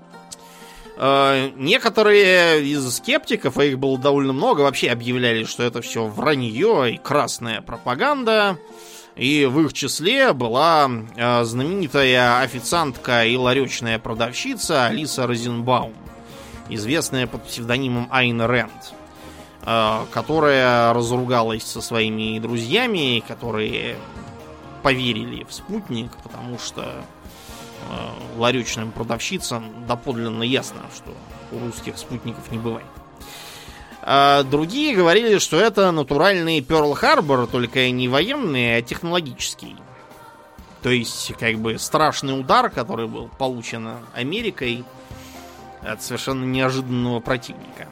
Э, некоторые из скептиков, а их было довольно много, вообще объявляли, что это все вранье и красная пропаганда. И в их числе была э, знаменитая официантка и ларечная продавщица Алиса Розенбаум, известная под псевдонимом Айн Рэнд, э, которая разругалась со своими друзьями, которые поверили в спутник, потому что э, ларечным продавщицам доподлинно ясно, что у русских спутников не бывает. А другие говорили, что это натуральный Пёрл-Харбор, только не военный, а технологический. То есть, как бы, страшный удар, который был получен Америкой от совершенно неожиданного противника.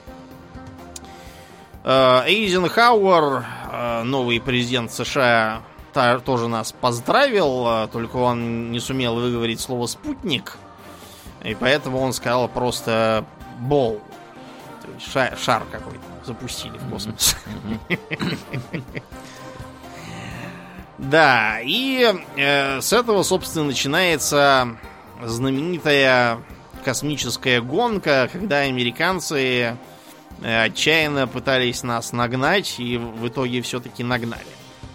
Эйзенхауэр, новый президент США, тоже нас поздравил, только он не сумел выговорить слово «спутник», и поэтому он сказал просто «бол». Шар, шар какой-то запустили в космос. Да, и э, с этого, собственно, начинается знаменитая космическая гонка, когда американцы отчаянно пытались нас нагнать, и в итоге все-таки нагнали.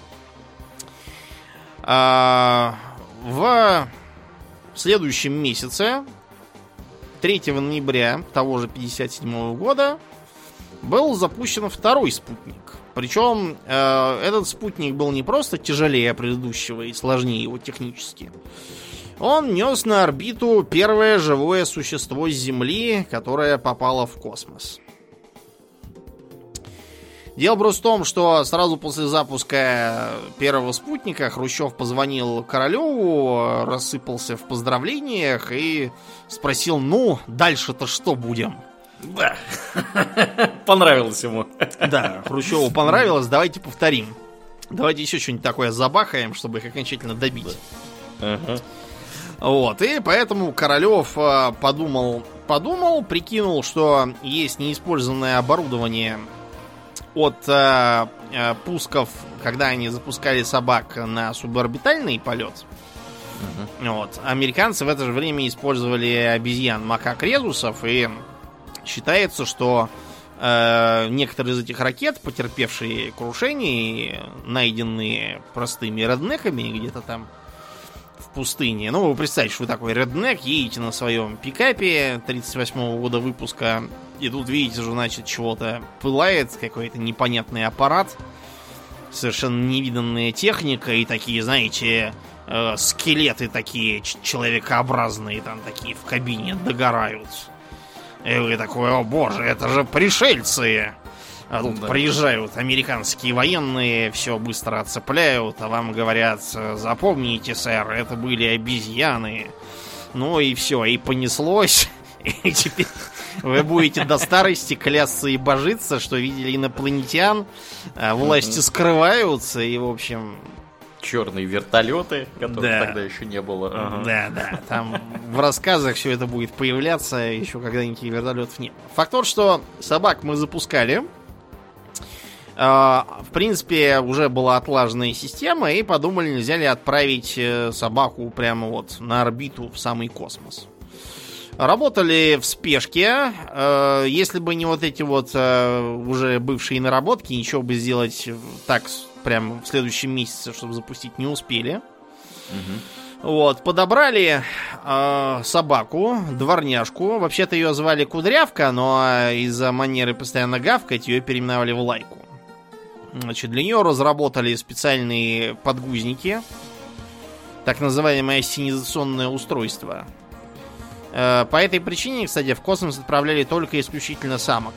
А, в следующем месяце, третьего ноября того же пятьдесят седьмого года, был запущен второй спутник. Причем э, этот спутник был не просто тяжелее предыдущего и сложнее его технически. Он нес на орбиту первое живое существо с Земли, которое попало в космос. Дело просто в том, что сразу после запуска первого спутника Хрущев позвонил Королеву, рассыпался в поздравлениях и спросил: ну, дальше-то что будем? Да. Понравилось ему. Да, Хрущеву понравилось, давайте повторим. Давайте еще что-нибудь такое забахаем, чтобы их окончательно добить. Ага. Вот, и поэтому Королев подумал, подумал, прикинул, что есть неиспользованное оборудование от э, э, пусков, когда они запускали собак на суборбитальный полет. Uh-huh. Вот. Американцы в это же время использовали обезьян, макак резусов, и считается, что э, некоторые из этих ракет, потерпевшие крушение, найденные простыми реднеками где-то там в пустыне. Ну, вы представьте, что вы такой реднек, едете на своем пикапе тридцать восьмого года выпуска, и тут видите, что, значит, чего-то пылает, какой-то непонятный аппарат, совершенно невиданная техника, и такие, знаете, э, скелеты такие человекообразные, там такие в кабине догорают. И вы такой: о боже, это же пришельцы! А тут да. Приезжают американские военные, все быстро отцепляют, а вам говорят: запомните, сэр, это были обезьяны. Ну и все, и понеслось. И теперь вы будете до старости клясться и божиться, что видели инопланетян, а власти скрываются, и, в общем... Черные вертолеты, которых да. тогда еще не было. Ага. Да, да. Там в рассказах все это будет появляться, еще когда никаких вертолетов нет. Факт тот, что собак мы запускали. В принципе, уже была отлаженная система, и подумали, нельзя ли отправить собаку прямо вот на орбиту в самый космос. Работали в спешке. Если бы не вот эти вот уже бывшие наработки, ничего бы сделать так прямо в следующем месяце, чтобы запустить, не успели. Угу. Вот, подобрали э, собаку, дворняжку. Вообще-то ее звали Кудрявка, но из-за манеры постоянно гавкать ее переименовали в Лайку. Значит, для нее разработали специальные подгузники, так называемое ассенизационное устройство. Э, по этой причине, кстати, в космос отправляли только исключительно самок.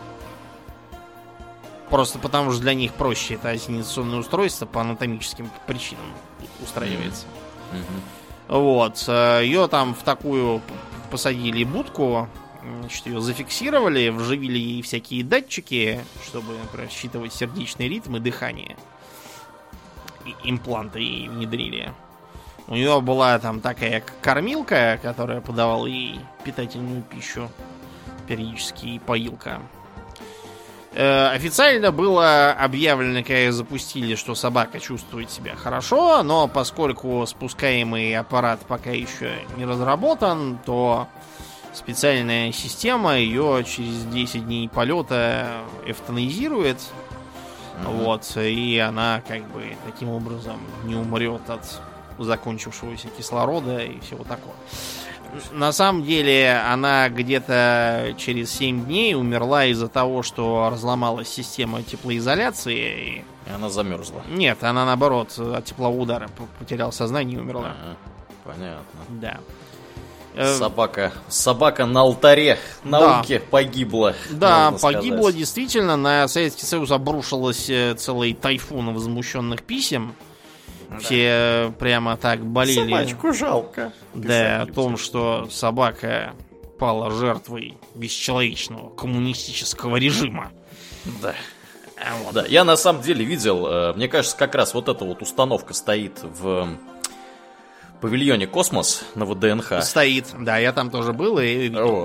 Просто потому, что для них проще это ассенизационное устройство по анатомическим причинам устраивается. Mm-hmm. Вот. Ее там в такую посадили будку, значит, ее зафиксировали, вживили ей всякие датчики, чтобы, например, считывать сердечный ритм и дыхание. И импланты ей внедрили. У нее была там такая кормилка, которая подавала ей питательную пищу периодически, и поилка. Официально было объявлено, когда запустили, что собака чувствует себя хорошо, но поскольку спускаемый аппарат пока еще не разработан, то специальная система ее через десять дней полета эвтаназирует. Mm-hmm. Вот, и она как бы таким образом не умрет от закончившегося кислорода и всего такого. На самом деле она где-то через семь дней умерла из-за того, что разломалась система теплоизоляции. И она замерзла. Нет, она наоборот от теплового удара потеряла сознание и умерла. А-а, понятно. Да. Собака, собака на алтаре науки, да. Погибла. Да, погибла сказать. Действительно. На Советский Союз обрушилось целый тайфун возмущенных писем. Все да. прямо так болели. Собачку жалко. Да, о том, что собака пала жертвой бесчеловечного коммунистического режима. Да. Вот. Да. Я на самом деле видел, мне кажется, как раз вот эта вот установка стоит в павильоне «Космос» на ВДНХ. Стоит, да, я там тоже был и видел. Вот.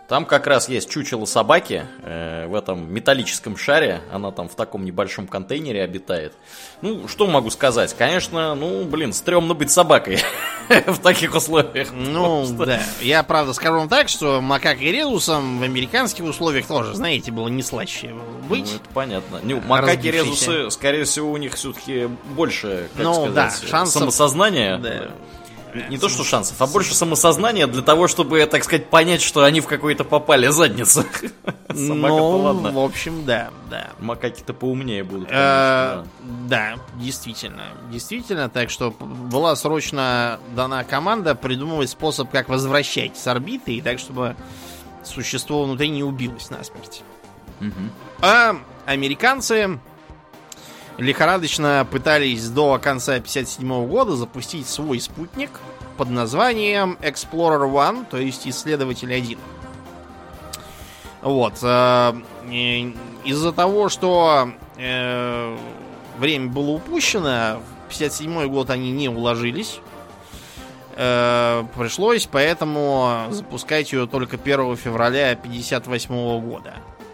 Там как раз есть чучело собаки э, в этом металлическом шаре. Она там в таком небольшом контейнере обитает. Ну, что могу сказать? Конечно, ну, блин, стрёмно быть собакой в таких условиях. Ну, да. Я, правда, скажу вам так, что макакой резусом в американских условиях тоже, знаете, было не слаще быть. Ну, это понятно. Ну, макаки резусы, скорее всего, у них все-таки больше, как ну, сказать, да, шансов... самосознания. Да. Не то, что шансов, а больше самосознания для того, чтобы, так сказать, понять, что они в какой-то попали задницу. Ну, ладно. В общем, да, да. Макаки-то поумнее будут, конечно. Да, действительно. Действительно, так что была срочно дана команда придумывать способ, как возвращать с орбиты, и так, чтобы существо внутри не убилось насмерть. А американцы лихорадочно пытались до конца пятьдесят седьмого года запустить свой спутник под названием Explorer один, то есть Исследователь один. Вот. Из-за того, что время было упущено, в пятьдесят седьмой год они не уложились. Пришлось поэтому запускать ее только первого февраля пятьдесят восьмого года.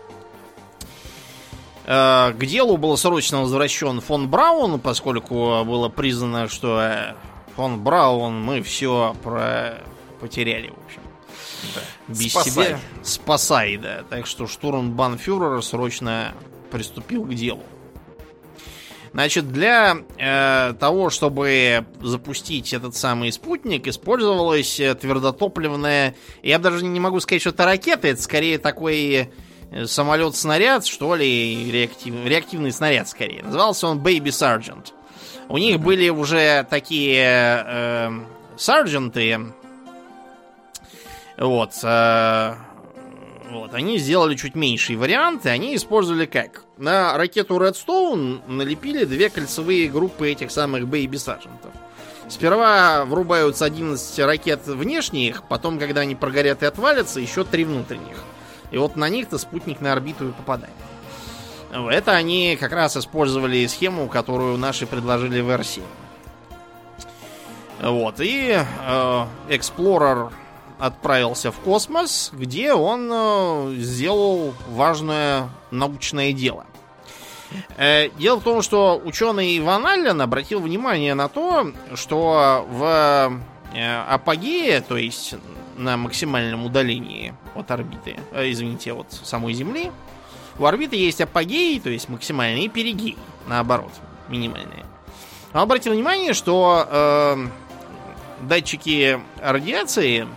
К делу был срочно возвращен фон Браун, поскольку было признано, что фон Браун, мы все про... потеряли, в общем. Да. Без спасай. тебя спасай, да. Так что штурмбанфюрер срочно приступил к делу. Значит, для э, того, чтобы запустить этот самый спутник, использовалась твердотопливная... Я даже не могу сказать, что это ракета, это скорее такой... самолет-снаряд, что ли, реактив... реактивный снаряд, скорее. Назывался он Baby Sergeant. У них были уже такие э, сардженты. Вот, э, вот. Они сделали чуть меньший вариант, и они использовали как? На ракету Redstone налепили две кольцевые группы этих самых Baby Sergeant'ов. Сперва врубаются одиннадцать ракет внешних, потом, когда они прогорят и отвалятся, еще три внутренних. И вот на них-то спутник на орбиту и попадает. Это они как раз использовали схему, которую наши предложили в эр семь. Вот. И э, Explorer отправился в космос, где он э, сделал важное научное дело. Э, дело в том, что ученый Ван Аллен обратил внимание на то, что в э, апогее, то есть на максимальном удалении от орбиты, э, извините, от самой Земли, у орбиты есть апогей, то есть максимальный, и перигей, наоборот, минимальные. Он обратил внимание, что э, датчики радиации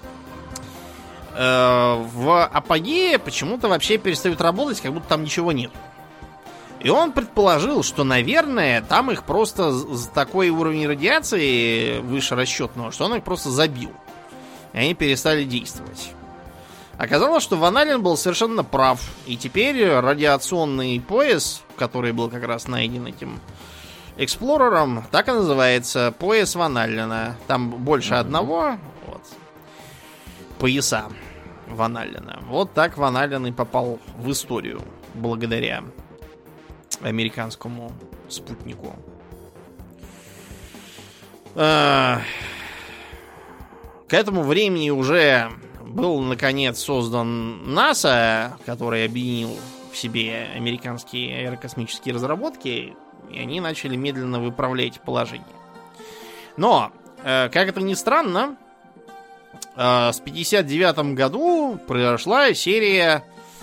э, в апогее почему-то вообще перестают работать, как будто там ничего нет. И он предположил, что, наверное, там их просто такой уровень радиации выше расчетного, что он их просто забил. И они перестали действовать. Оказалось, что Ван Аллен был совершенно прав. И теперь радиационный пояс, который был как раз найден этим Эксплорером, так и называется. Пояс Ван Аллена. Там больше mm-hmm. одного. Вот. Пояса Ван Аллена. Вот так Ван Аллен и попал в историю. Благодаря американскому спутнику. К этому времени уже был, наконец, создан НАСА, который объединил в себе американские аэрокосмические разработки, и они начали медленно выправлять положение. Но, как это ни странно, с пятьдесят девятом году произошла серия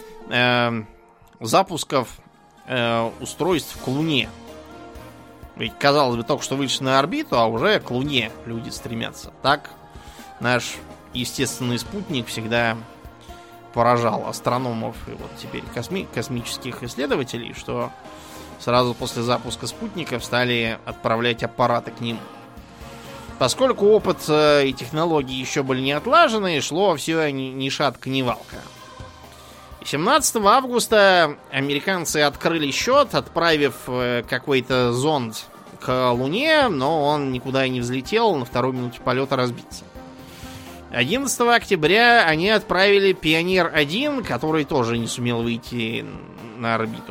запусков устройств к Луне. Ведь, казалось бы, только что вышли на орбиту, а уже к Луне люди стремятся. Так наш естественный спутник всегда поражал астрономов и вот теперь косми- космических исследователей, что сразу после запуска спутников стали отправлять аппараты к ним. Поскольку опыт и технологии еще были не отлажены, шло все ни, ни шатка, ни валка. семнадцатого августа американцы открыли счет, отправив какой-то зонд к Луне, но он никуда не взлетел, на второй минуте полета разбился. одиннадцатого октября они отправили Пионер один, который тоже не сумел выйти на орбиту.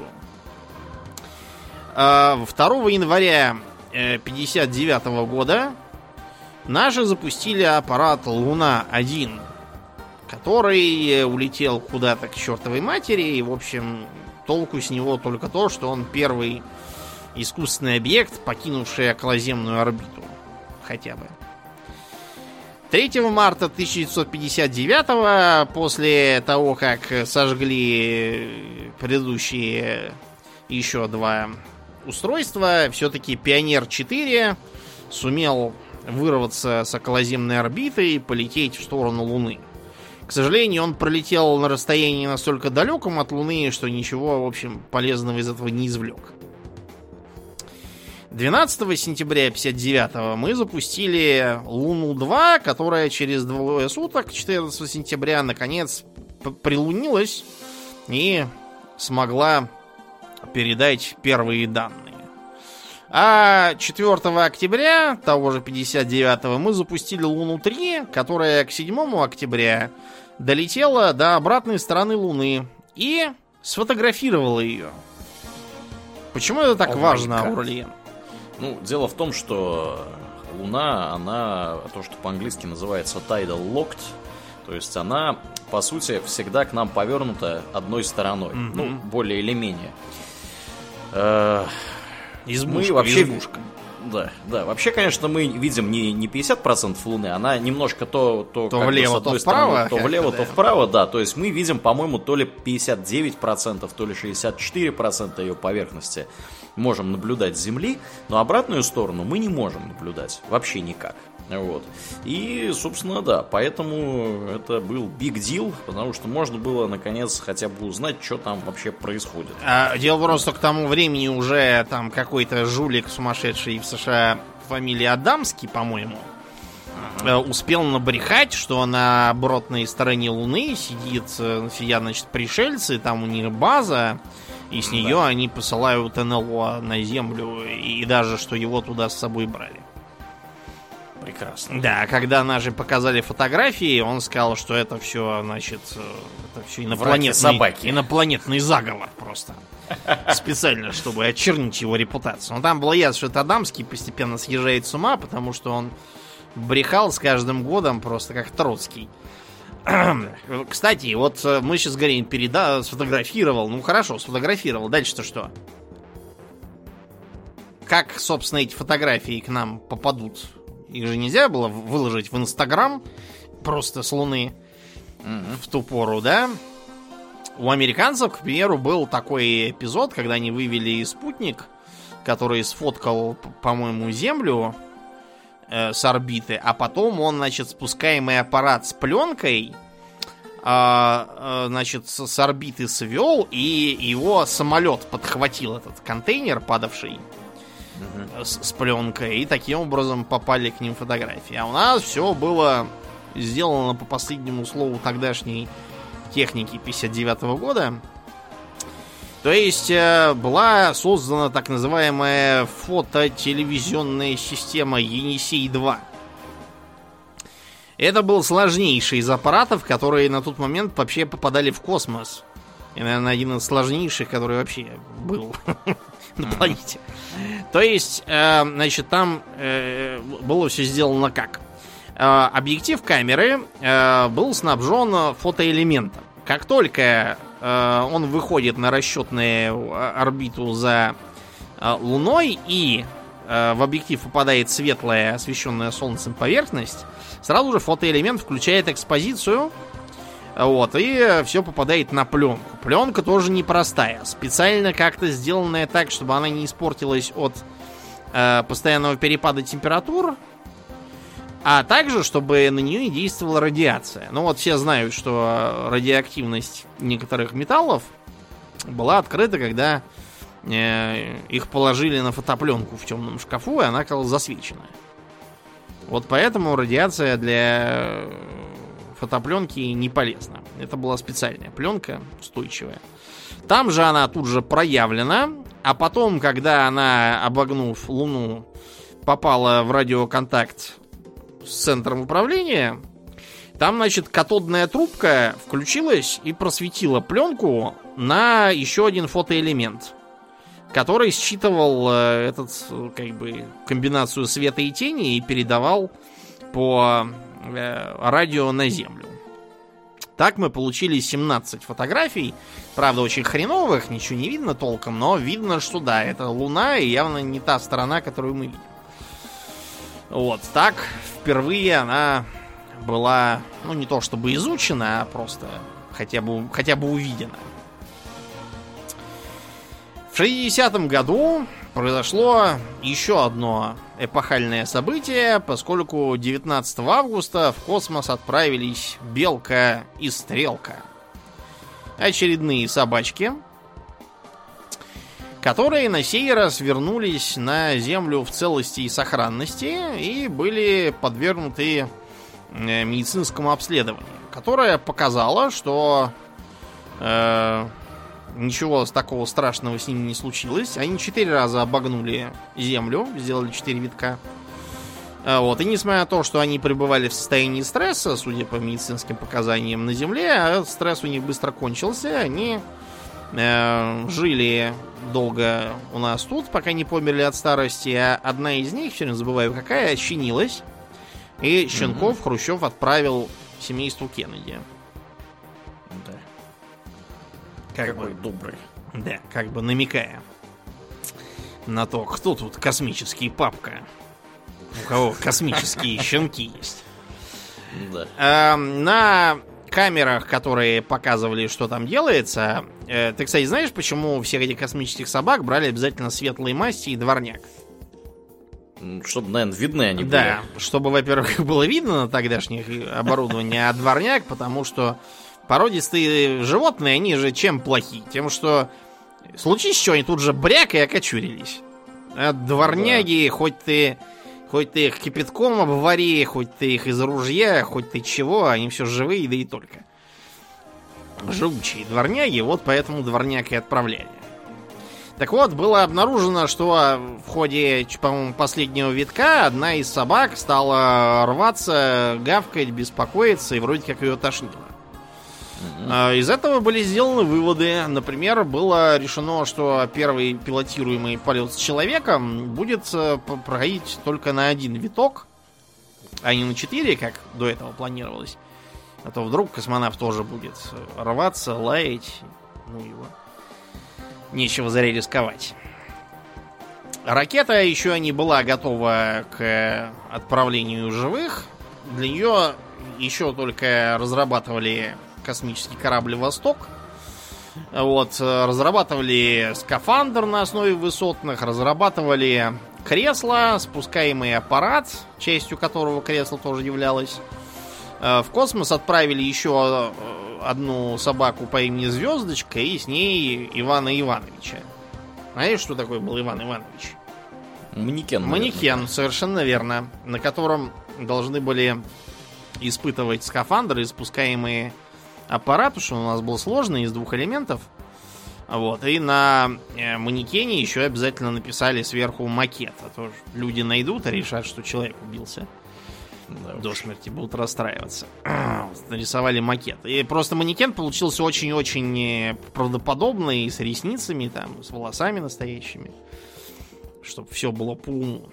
второго января пятьдесят девятого года наши запустили аппарат Луна один, который улетел куда-то к чертовой матери, и, в общем, толку с него только то, что он первый искусственный объект, покинувший околоземную орбиту. Хотя бы. третьего марта тысяча девятьсот пятьдесят девятого, после того, как сожгли предыдущие еще два устройства, все-таки Пионер четыре сумел вырваться с околоземной орбиты и полететь в сторону Луны. К сожалению, он пролетел на расстоянии настолько далеком от Луны, что ничего, в общем, полезного из этого не извлек. двенадцатого сентября тысяча девятьсот пятьдесят девятого мы запустили Луну-два, которая через двое суток, четырнадцатого сентября, наконец прилунилась и смогла передать первые данные. А четвёртого октября того же пятьдесят девятого мы запустили Луну-три, которая к седьмому октября долетела до обратной стороны Луны и сфотографировала ее. Почему это так oh важно, Аурлиен? Ну, дело в том, что Луна, она, то, что по-английски называется tidal locked, то есть она, по сути, всегда к нам повернута одной стороной, mm-hmm. ну, более или менее. Избушка, мы вообще, избушка. Да, да. Вообще, конечно, мы видим не, не пятьдесят процентов Луны, она немножко то, то, то как влево, бы, с одной то вправо, стороны, то влево, да. то вправо, да. То есть мы видим, по-моему, то ли пятьдесят девять процентов, то ли шестьдесят четыре процента ее поверхности можем наблюдать с Земли, но обратную сторону мы не можем наблюдать вообще никак. Вот. И, собственно, да, поэтому это был big deal, потому что можно было, наконец, хотя бы узнать, что там вообще происходит. А, дело просто к тому времени уже там какой-то жулик сумасшедший в США, фамилия Адамский, по-моему, ага. успел набрехать, что на оборотной стороне Луны сидит, сидят, значит, пришельцы, там у них база, и с нее да. они посылают эн эл о на Землю, и даже что его туда с собой брали. Прекрасно. Да, когда наши показали фотографии, он сказал, что это все, значит, это все инопланетный, инопланетный заговор просто. Специально, чтобы очернить его репутацию. Но там было ясно, что это Адамский постепенно съезжает с ума, потому что он брехал с каждым годом просто как Троцкий. Кстати, вот мы сейчас говорим, переда... сфотографировал. Ну хорошо, сфотографировал. Дальше-то что? Как, собственно, эти фотографии к нам попадут? Их же нельзя было выложить в Инстаграм просто с Луны mm-hmm. в ту пору, да? У американцев, к примеру, был такой эпизод, когда они вывели спутник, который сфоткал, по-моему, Землю э, с орбиты, а потом он, значит, спускаемый аппарат с пленкой, э, э, значит, с, с орбиты свел, и его самолет подхватил этот контейнер, падавший С, с пленкой, и таким образом попали к ним фотографии. А у нас все было сделано по последнему слову тогдашней техники пятьдесят девятого года. То есть была создана так называемая фототелевизионная система Енисей два. Это был сложнейший из аппаратов, которые на тот момент вообще попадали в космос. И, наверное, один из сложнейших, который вообще был на планете. То есть, э, значит, там э, было все сделано как? Э, объектив камеры э, был снабжен фотоэлементом. Как только э, он выходит на расчетную орбиту за э, Луной и э, в объектив попадает светлая, освещенная солнцем поверхность, сразу же фотоэлемент включает экспозицию. Вот, и все попадает на пленку. Пленка тоже непростая. Специально как-то сделанная так, чтобы она не испортилась от э, постоянного перепада температур, а также, чтобы на нее не действовала радиация. Ну вот все знают, что радиоактивность некоторых металлов была открыта, когда э, их положили на фотопленку в темном шкафу, и она оказалась засвеченная. Вот поэтому радиация для фотопленки не полезна. Это была специальная пленка, устойчивая. Там же она тут же проявлена, а потом, когда она, обогнув Луну, попала в радиоконтакт с центром управления, там, значит, катодная трубка включилась и просветила пленку на еще один фотоэлемент, который считывал э, этот, как бы, комбинацию света и тени и передавал по радио на Землю. Так мы получили семнадцать фотографий. Правда, очень хреновых, ничего не видно толком, но видно, что да, это Луна, и явно не та сторона, которую мы видим. Вот, так впервые она была, ну, не то чтобы изучена, а просто хотя бы, хотя бы увидена. В шестидесятом году произошло еще одно эпохальное событие, поскольку девятнадцатого августа в космос отправились Белка и Стрелка. Очередные собачки, которые на сей раз вернулись на Землю в целости и сохранности и были подвергнуты медицинскому обследованию, которое показало, что э, ничего такого страшного с ними не случилось. Они четыре раза обогнули Землю, сделали четыре витка. Вот. И несмотря на то, что они пребывали в состоянии стресса, судя по медицинским показаниям на Земле, а стресс у них быстро кончился, они э, жили долго у нас тут, пока не померли от старости, а одна из них, все время забываю какая, ощенилась, и щенков mm-hmm. Хрущев отправил семейству Кеннеди. Да. Как Какой бы, добрый. Да, как бы намекая на то, кто тут космический папка. У кого космические щенки есть. Да. А, на камерах, которые показывали, что там делается, э, ты, кстати, знаешь, почему всех этих космических собак брали обязательно светлой масти и дворняк? Чтобы, наверное, видны они были. Да, чтобы, во-первых, было видно на тогдашних оборудовании, а дворняк, потому что породистые животные, они же чем плохи? Тем, что случись что, они тут же бряк и окочурились. А дворняги, да. хоть ты хоть ты их кипятком обвари, хоть ты их из ружья, хоть ты чего, они все живые, да и только. Живучие дворняги, вот поэтому дворняк и отправляли. Так вот, было обнаружено, что в ходе, по-моему, последнего витка одна из собак стала рваться, гавкать, беспокоиться, и вроде как ее тошнило. Mm-hmm. Из этого были сделаны выводы. Например, было решено, что первый пилотируемый полет с человеком будет проходить только на один виток, а не на четыре, как до этого планировалось. А то вдруг космонавт тоже будет рваться, лаять, ну его... Нечего зря рисковать. Ракета еще не была готова к отправлению живых. Для нее еще только разрабатывали космический корабль «Восток». Вот, разрабатывали скафандр на основе высотных, разрабатывали кресло, спускаемый аппарат, частью которого кресло тоже являлось. В космос отправили еще одну собаку по имени Звездочка и с ней Ивана Ивановича. Знаешь, что такое был Иван Иванович? Манекен. Манекен, наверное. Совершенно верно. На котором должны были испытывать скафандры и спускаемые аппараты, что у нас был сложный, из двух элементов. Вот. И на манекене еще обязательно написали сверху макет. А то люди найдут и решат, что человек убился. Да до смерти будут расстраиваться. Нарисовали макет. И просто манекен получился очень-очень правдоподобный, с ресницами, там, с волосами настоящими. Чтобы все было по уму.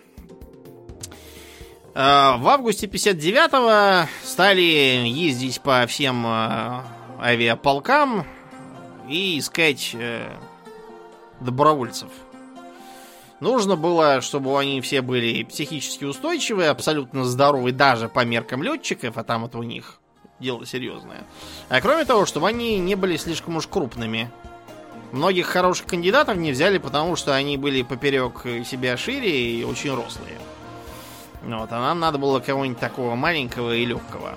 В августе пятьдесят девятого стали ездить по всем авиаполкам и искать добровольцев. Нужно было, чтобы они все были психически устойчивые, абсолютно здоровые даже по меркам летчиков, а там это у них дело серьезное. А кроме того, чтобы они не были слишком уж крупными. Многих хороших кандидатов не взяли, потому что они были поперек себя шире и очень рослые. Вот, а нам надо было кого-нибудь такого маленького и легкого.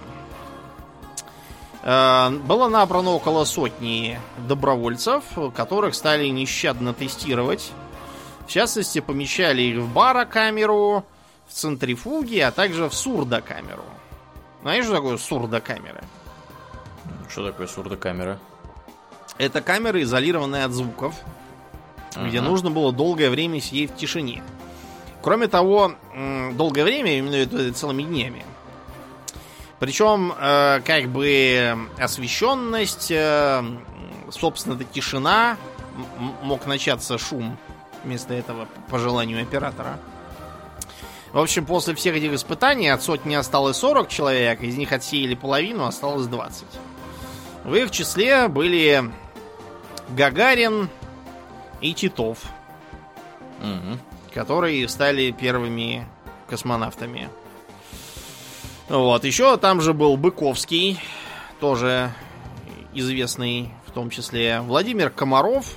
Было набрано около сотни добровольцев, которых стали нещадно тестировать. В частности, помещали их в барокамеру, в центрифуги, а также в сурдокамеру. Знаешь, что такое сурдокамера? Что такое сурдокамера? Это камера, изолированная от звуков, ага. где нужно было долгое время сидеть в тишине. Кроме того, долгое время, именно целыми днями. Причем, как бы освещенность, собственно, эта тишина, мог начаться шум. Вместо этого, по желанию оператора. В общем, после всех этих испытаний от сотни осталось сорок человек, из них отсеяли половину, осталось двадцать. В их числе были Гагарин и Титов, Угу. которые стали первыми космонавтами. Вот. Еще там же был Быковский, тоже известный в том числе. Владимир Комаров,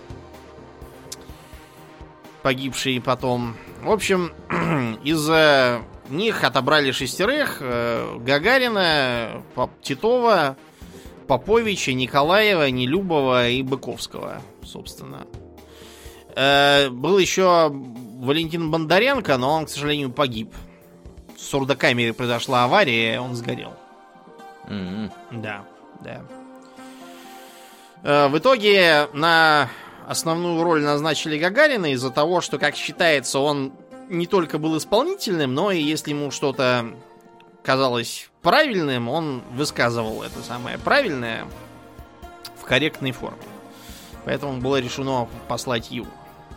погибший потом. В общем, из них отобрали шестерых: Гагарина, Титова, Поповича, Николаева, Нелюбова и Быковского, собственно. Был еще Валентин Бондаренко, но он, к сожалению, погиб. В сурдокамере произошла авария, и он сгорел. Mm-hmm. Да, да. В итоге на основную роль назначили Гагарина из-за того, что, как считается, он не только был исполнительным, но и если ему что-то казалось правильным, он высказывал это самое правильное в корректной форме. Поэтому было решено послать его.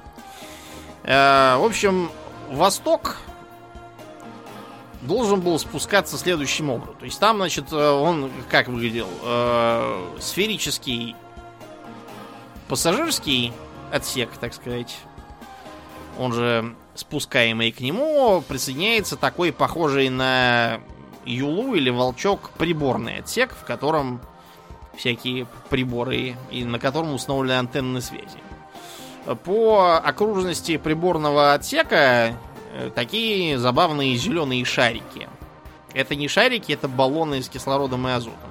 В общем, Восток должен был спускаться следующим образом. То есть там, значит, он как выглядел? Сферический пассажирский отсек, так сказать. Он же спускаемый, к нему присоединяется такой, похожий на Юлу или Волчок, приборный отсек, в котором всякие приборы, и на котором установлены антенны связи. По окружности приборного отсека такие забавные зеленые шарики. Это не шарики, это баллоны с кислородом и азотом.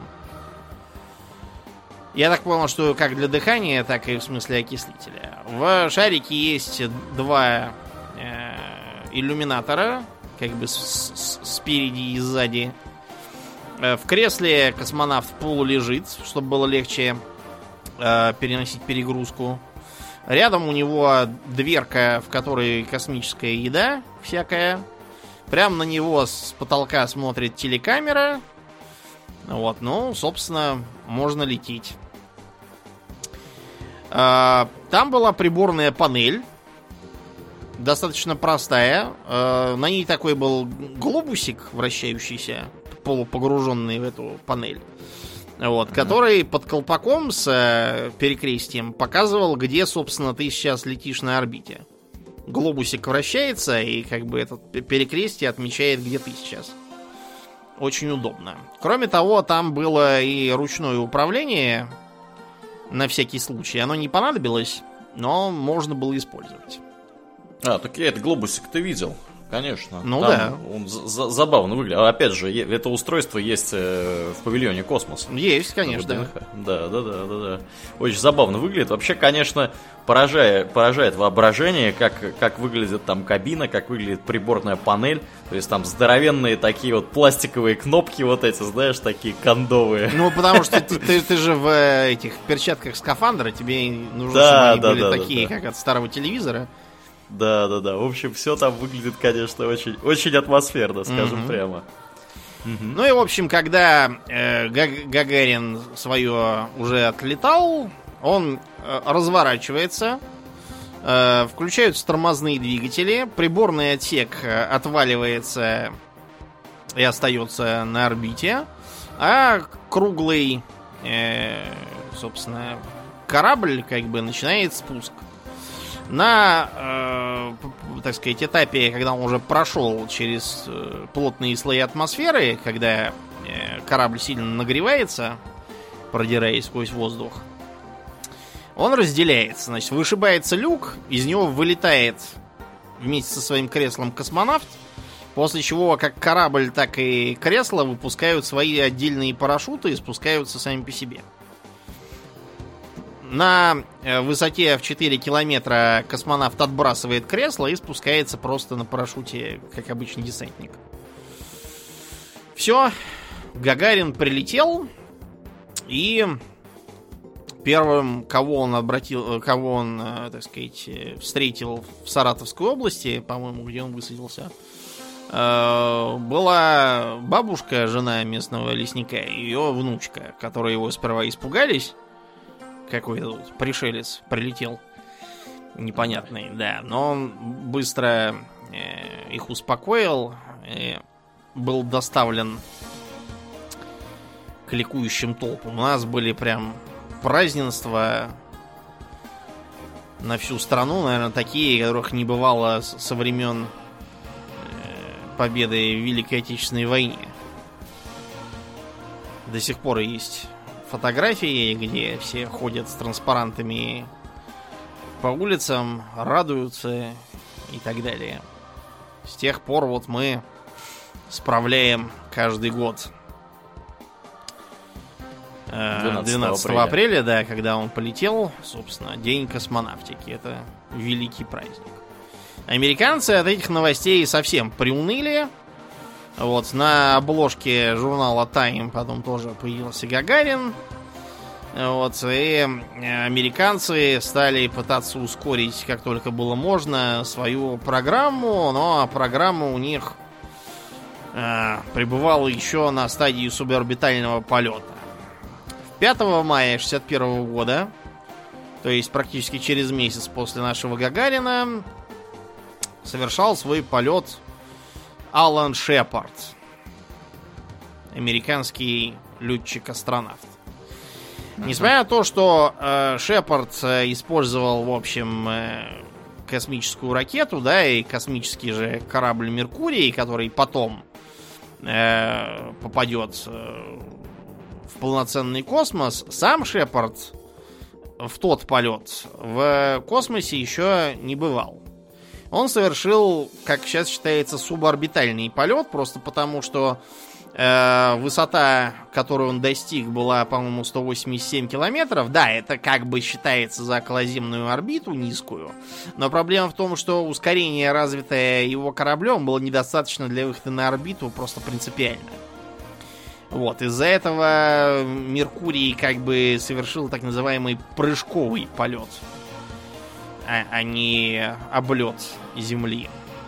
Я так понял, что как для дыхания, так и в смысле окислителя. В шарике есть два э, иллюминатора, как бы с, с, спереди и сзади. В кресле космонавт полулежит, чтобы было легче э, переносить перегрузку. Рядом у него дверка, в которой космическая еда всякая. Прямо на него с потолка смотрит телекамера. Вот, ну, собственно, можно лететь. Э, там была приборная панель. Достаточно простая. Э, на ней такой был глобусик вращающийся, полупогруженный в эту панель. Вот, mm-hmm. который под колпаком с э, перекрестием показывал, где, собственно, ты сейчас летишь на орбите. Глобусик вращается, и как бы этот перекрестие отмечает, где ты сейчас. Очень удобно. Кроме того, там было и ручное управление на всякий случай. Оно не понадобилось, но можно было использовать. А, так я этот глобусик ты видел. Конечно. Ну там да. Он за- забавно выглядит. А опять же, это устройство есть э, в павильоне Космос. Есть, конечно. Да, да, да, да, да. Очень забавно выглядит. Вообще, конечно, поражает, поражает воображение, как, как выглядит там кабина, как выглядит приборная панель. То есть там здоровенные такие вот пластиковые кнопки, вот эти, знаешь, такие кондовые. Ну, потому что ты, ты, ты же в этих перчатках скафандра, тебе нужно, да, чтобы они да, были да, такие, да, да. как от старого телевизора. Да, да, да. В общем, все там выглядит, конечно, очень, очень атмосферно, скажем mm-hmm. прямо. Mm-hmm. Ну и, в общем, когда э, Гаг- Гагарин свое уже отлетал, он э, разворачивается, э, включаются тормозные двигатели, приборный отсек э, отваливается и остается на орбите, а круглый, э, собственно, корабль как бы начинает спуск. На, э, так сказать, этапе, когда он уже прошел через э, плотные слои атмосферы, когда э, корабль сильно нагревается, продираясь сквозь воздух, он разделяется. Значит, вышибается люк, из него вылетает вместе со своим креслом космонавт, после чего как корабль, так и кресло выпускают свои отдельные парашюты и спускаются сами по себе. На высоте в четыре километра космонавт отбрасывает кресло и спускается просто на парашюте, как обычный десантник. Все, Гагарин прилетел, и первым, кого он обратил, кого он, так сказать, встретил в Саратовской области, по-моему, где он высадился, была бабушка, жена местного лесника, и ее внучка, которые его сперва испугались. Какой-то тут пришелец прилетел непонятный, да. Но он быстро э, их успокоил и был доставлен к ликующим толпам. У нас были прям празднества на всю страну, наверное, такие, которых не бывало со времен победы в Великой Отечественной войне. До сих пор есть фотографии, где все ходят с транспарантами по улицам, радуются и так далее. С тех пор вот мы справляем каждый год двенадцатого апреля, да, когда он полетел, собственно, День космонавтики. Это великий праздник. Американцы от этих новостей совсем приуныли. Вот, на обложке журнала Time потом тоже появился Гагарин. Вот, и американцы стали пытаться ускорить, как только было можно, свою программу, но программа у них э, пребывала еще на стадии суборбитального полета. пятого мая шестьдесят первого года, то есть практически через месяц после нашего Гагарина, совершал свой полет Алан Шепард, американский летчик-астронавт. Uh-huh. Несмотря на то, что э, Шепард э, использовал, в общем, э, космическую ракету, да, и космический же корабль Меркурий, который потом э, попадет э, в полноценный космос, сам Шепард в тот полет в космосе еще не бывал. Он совершил, как сейчас считается, суборбитальный полет, просто потому что э, высота, которую он достиг, была, по-моему, сто восемьдесят семь километров. Да, это как бы считается за околоземную орбиту низкую, но проблема в том, что ускорение, развитое его кораблем, было недостаточно для выхода на орбиту, просто принципиально. Вот, из-за этого Меркурий как бы совершил так называемый прыжковый полет, а не облет Земли.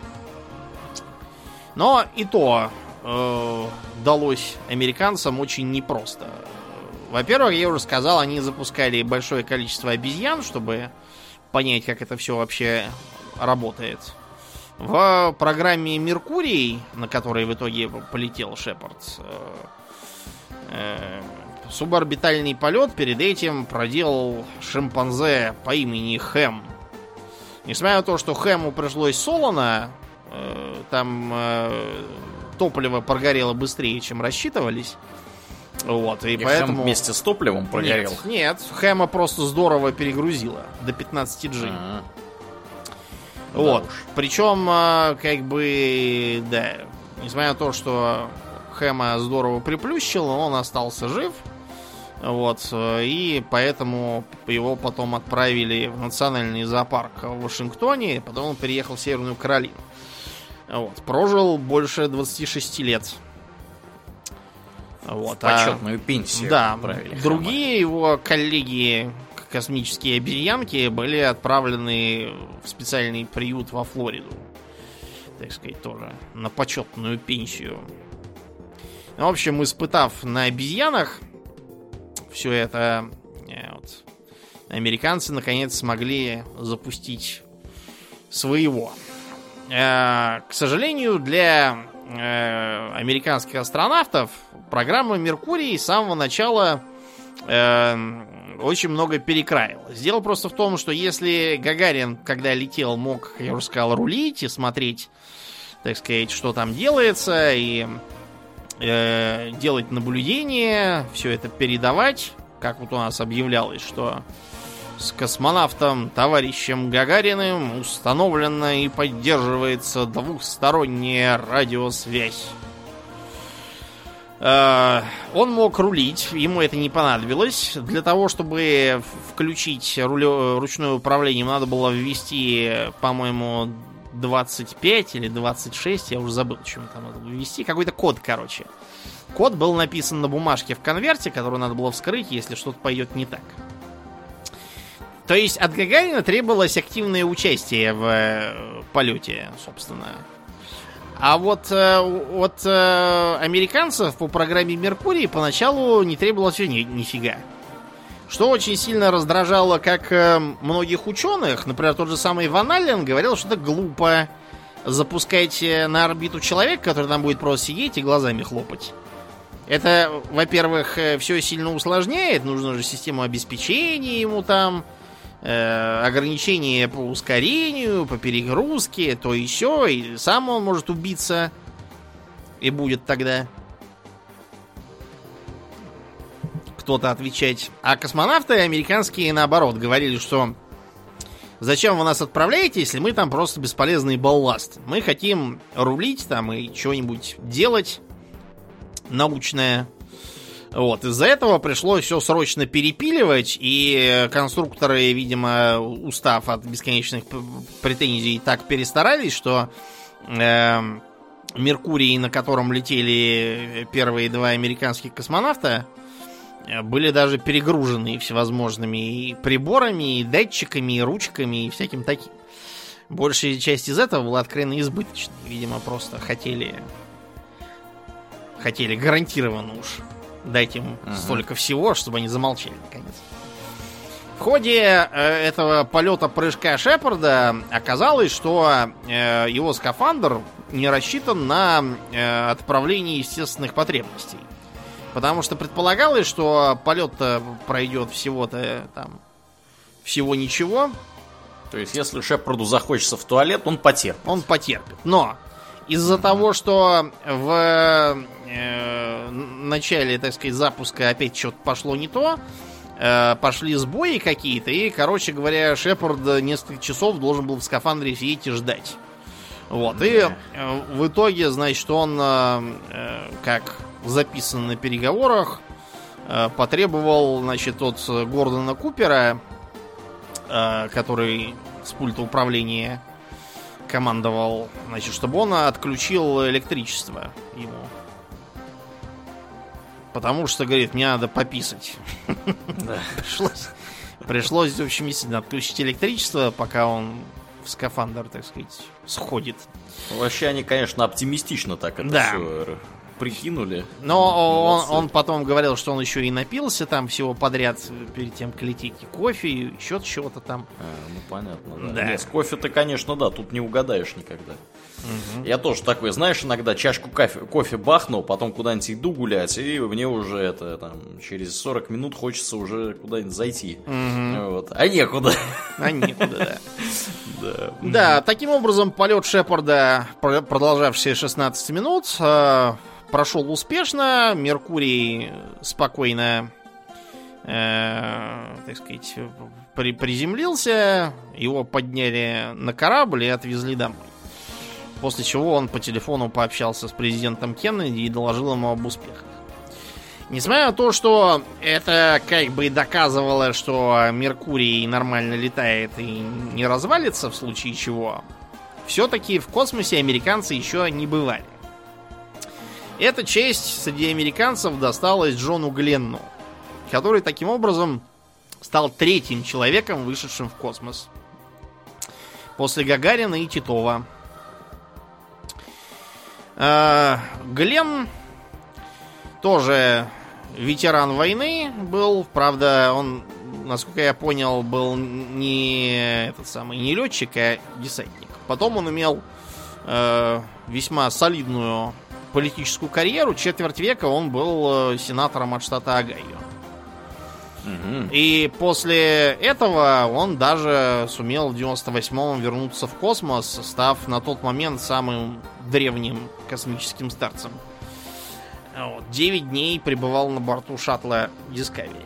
Но и то э, далось американцам очень непросто. Во-первых, я уже сказал, они запускали большое количество обезьян, чтобы понять, как это все вообще работает. В программе Меркурий, на которой в итоге полетел Шепард, э, э, суборбитальный полет перед этим проделал шимпанзе по имени Хэм. Несмотря на то, что Хэму пришлось солоно, э, там э, топливо прогорело быстрее, чем рассчитывались. Вот, и, и поэтому... Хэм вместе с топливом прогорел? Нет, нет, Хэма просто здорово перегрузило, до пятнадцать джи. А-а-а. Вот, да, причем, как бы, да, несмотря на то, что Хэма здорово приплющило, он остался жив. Вот, и поэтому его потом отправили в национальный зоопарк в Вашингтоне, потом он переехал в Северную Каролину. Вот, прожил больше двадцати шести лет. Вот, почетную а, пенсию. Да, другие Хэма. Его коллеги, космические обезьянки, были отправлены в специальный приют во Флориду. Так сказать, тоже на почетную пенсию. В общем, испытав на обезьянах все это, вот, американцы наконец смогли запустить своего. Э, к сожалению, для э, американских астронавтов программа Меркурий с самого начала э, очень много перекраивалась. Дело просто в том, что если Гагарин, когда летел, мог, как я уже сказал, рулить и смотреть, так сказать, что там делается, и э, делать наблюдения, все это передавать, как вот у нас объявлялось, что с космонавтом товарищем Гагариным установлена и поддерживается двухсторонняя радиосвязь. Он мог рулить, ему это не понадобилось. Для того, чтобы включить рулё, ручное управление, ему надо было ввести, по-моему, двадцать пять или двадцать шесть, я уже забыл, чем там надо было ввести. Какой-то код, короче. Код был написан на бумажке в конверте, который надо было вскрыть, если что-то пойдет не так. То есть от Гагарина требовалось активное участие в полете, собственно. А вот э, от э, американцев по программе Меркурий поначалу не требовалось ни, нифига. Что очень сильно раздражало как э, многих ученых. Например, тот же самый Ван Аллен говорил, что это глупо запускать на орбиту человека, который там будет просто сидеть и глазами хлопать. Это, во-первых, все сильно усложняет. Нужно же систему обеспечения ему там, э, ограничения по ускорению, по перегрузке, то еще. И сам он может убиться. И будет тогда кто-то отвечать. А космонавты американские, наоборот, говорили, что зачем вы нас отправляете, если мы там просто бесполезный балласт? Мы хотим рулить там и что-нибудь делать научное. Вот. Из-за этого пришлось все срочно перепиливать, и конструкторы, видимо, устав от бесконечных претензий, так перестарались, что э, Меркурий, на котором летели первые два американских космонавта, были даже перегружены всевозможными и приборами, и датчиками, и ручками, и всяким таким. Большая часть из этого была откровенно избыточной. Видимо, просто хотели хотели гарантированно уж дать им ага. столько всего, чтобы они замолчали наконец. В ходе э, этого полета-прыжка Шепарда оказалось, что э, его скафандр не рассчитан на э, отправление естественных потребностей. Потому что предполагалось, что полет-то пройдет всего-то там всего ничего. То есть, если Шепарду захочется в туалет, он потерпит. Он потерпит. Но из-за mm-hmm. того, что в э, начале, так сказать, запуска опять что-то пошло не то, э, пошли сбои какие-то, и, короче говоря, Шепард несколько часов должен был в скафандре сидеть и ждать. Вот. Mm-hmm. И э, в итоге, значит, он, э, как записано на переговорах, э, потребовал, значит, от Гордона Купера, э, который с пульта управления командовал, значит, чтобы он отключил электричество ему. Потому что, говорит, мне надо пописать. Да. Пришлось, пришлось, в общем, действительно отключить электричество, пока он в скафандр, так сказать, сходит. Вообще они, конечно, оптимистично так это да. все прикинули. Но он, он потом говорил, что он еще и напился там всего подряд перед тем, как лететь, и кофе, и еще чего-то там. А, ну понятно, да. да. Нет, с кофе-то, конечно, да, тут не угадаешь никогда. Угу. Я тоже такой, знаешь, иногда чашку кофе, кофе бахнул, потом куда-нибудь иду гулять, и мне уже это там через сорок минут хочется уже куда-нибудь зайти. Угу. Вот. А некуда. А некуда, да. Да. Да, таким образом, полет Шепарда, продолжавшийся шестнадцать минут, прошел успешно. Меркурий спокойно, э, так сказать, при, приземлился. Его подняли на корабль и отвезли домой. После чего он по телефону пообщался с президентом Кеннеди и доложил ему об успехах. Несмотря на то, что это как бы доказывало, что Меркурий нормально летает и не развалится в случае чего, все-таки в космосе американцы еще не бывали. Эта честь среди американцев досталась Джону Гленну, который таким образом стал третьим человеком, вышедшим в космос. После Гагарина и Титова. Гленн тоже ветеран войны был. Правда, он, насколько я понял, был не этот самый не летчик, а десантник. Потом он имел э, весьма солидную политическую карьеру. Четверть века он был сенатором от штата Огайо. Угу. И после этого он даже сумел в девяносто восьмом вернуться в космос, став на тот момент самым древним космическим старцем. Вот. девять дней пребывал на борту шаттла Discovery.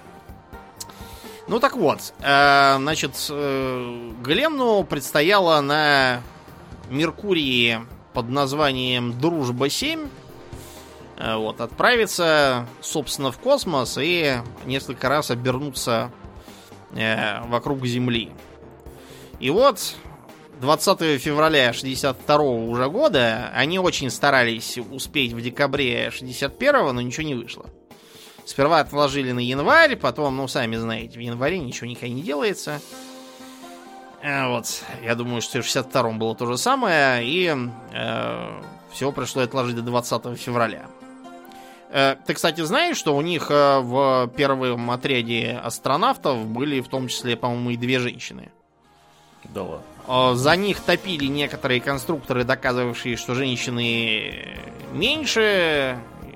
Ну так вот, э, значит, э, Гленну предстояло на Меркурии под названием Дружба-семь э, вот, отправиться, собственно, в космос и несколько раз обернуться э, вокруг Земли. И вот двадцатого февраля шестьдесят второго уже года они очень старались успеть в декабре шестьдесят первого, но ничего не вышло. Сперва отложили на январь, потом, ну, сами знаете, в январе ничего никогда не делается. Вот, я думаю, что в шестьдесят втором было то же самое, и э, всего пришлось отложить до двадцатого февраля. Э, ты, кстати, знаешь, что у них э, в первом отряде астронавтов были в том числе, по-моему, и две женщины? Да ладно. За них топили некоторые конструкторы, доказывавшие, что женщины меньше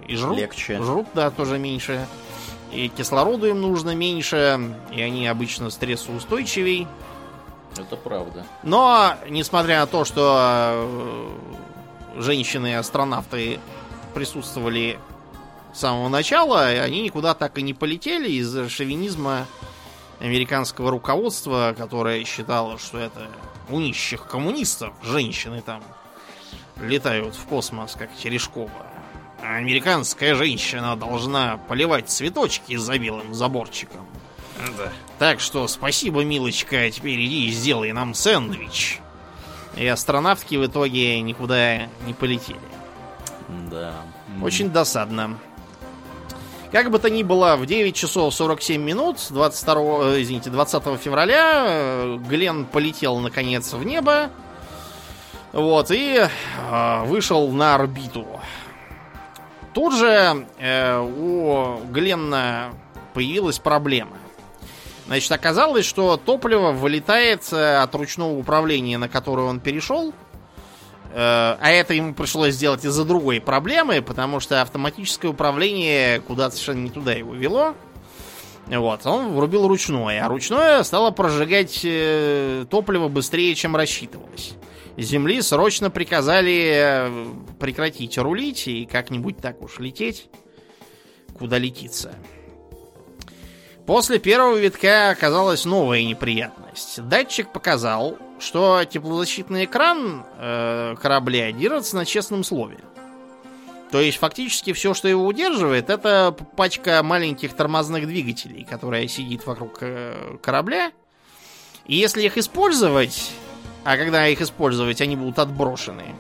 и жрут. Легче. Жрут, да, тоже меньше. И кислороду им нужно меньше, и они обычно стрессоустойчивей. Это правда. Но, несмотря на то, что женщины-астронавты присутствовали с самого начала, они никуда так и не полетели из-за шовинизма американского руководства, которое считало, что это у нищих коммунистов женщины там летают в космос, как Терешкова. А американская женщина должна поливать цветочки за белым заборчиком. Да. Так что спасибо, милочка, теперь иди и сделай нам сэндвич. И астронавтки в итоге никуда не полетели. Да. Очень досадно. Как бы то ни было, в девять часов сорок семь минут двадцать второго, извините, двадцатого февраля Гленн полетел наконец в небо. Вот, и э, вышел на орбиту. Тут же э, у Гленна появилась проблема. Значит, оказалось, что топливо вылетает от ручного управления, на которое он перешел. А это ему пришлось сделать из-за другой проблемы, потому что автоматическое управление куда-то совершенно не туда его вело. Вот, он врубил ручное, а ручное стало прожигать топливо быстрее, чем рассчитывалось. С Земли срочно приказали прекратить рулить и как-нибудь так уж лететь, куда летится. После первого витка оказалась новая неприятность. Датчик показал, что теплозащитный экран э, корабля держится на честном слове. То есть фактически все, что его удерживает, это пачка маленьких тормозных двигателей, которая сидит вокруг э, корабля. И если их использовать, а когда их использовать, они будут отброшены,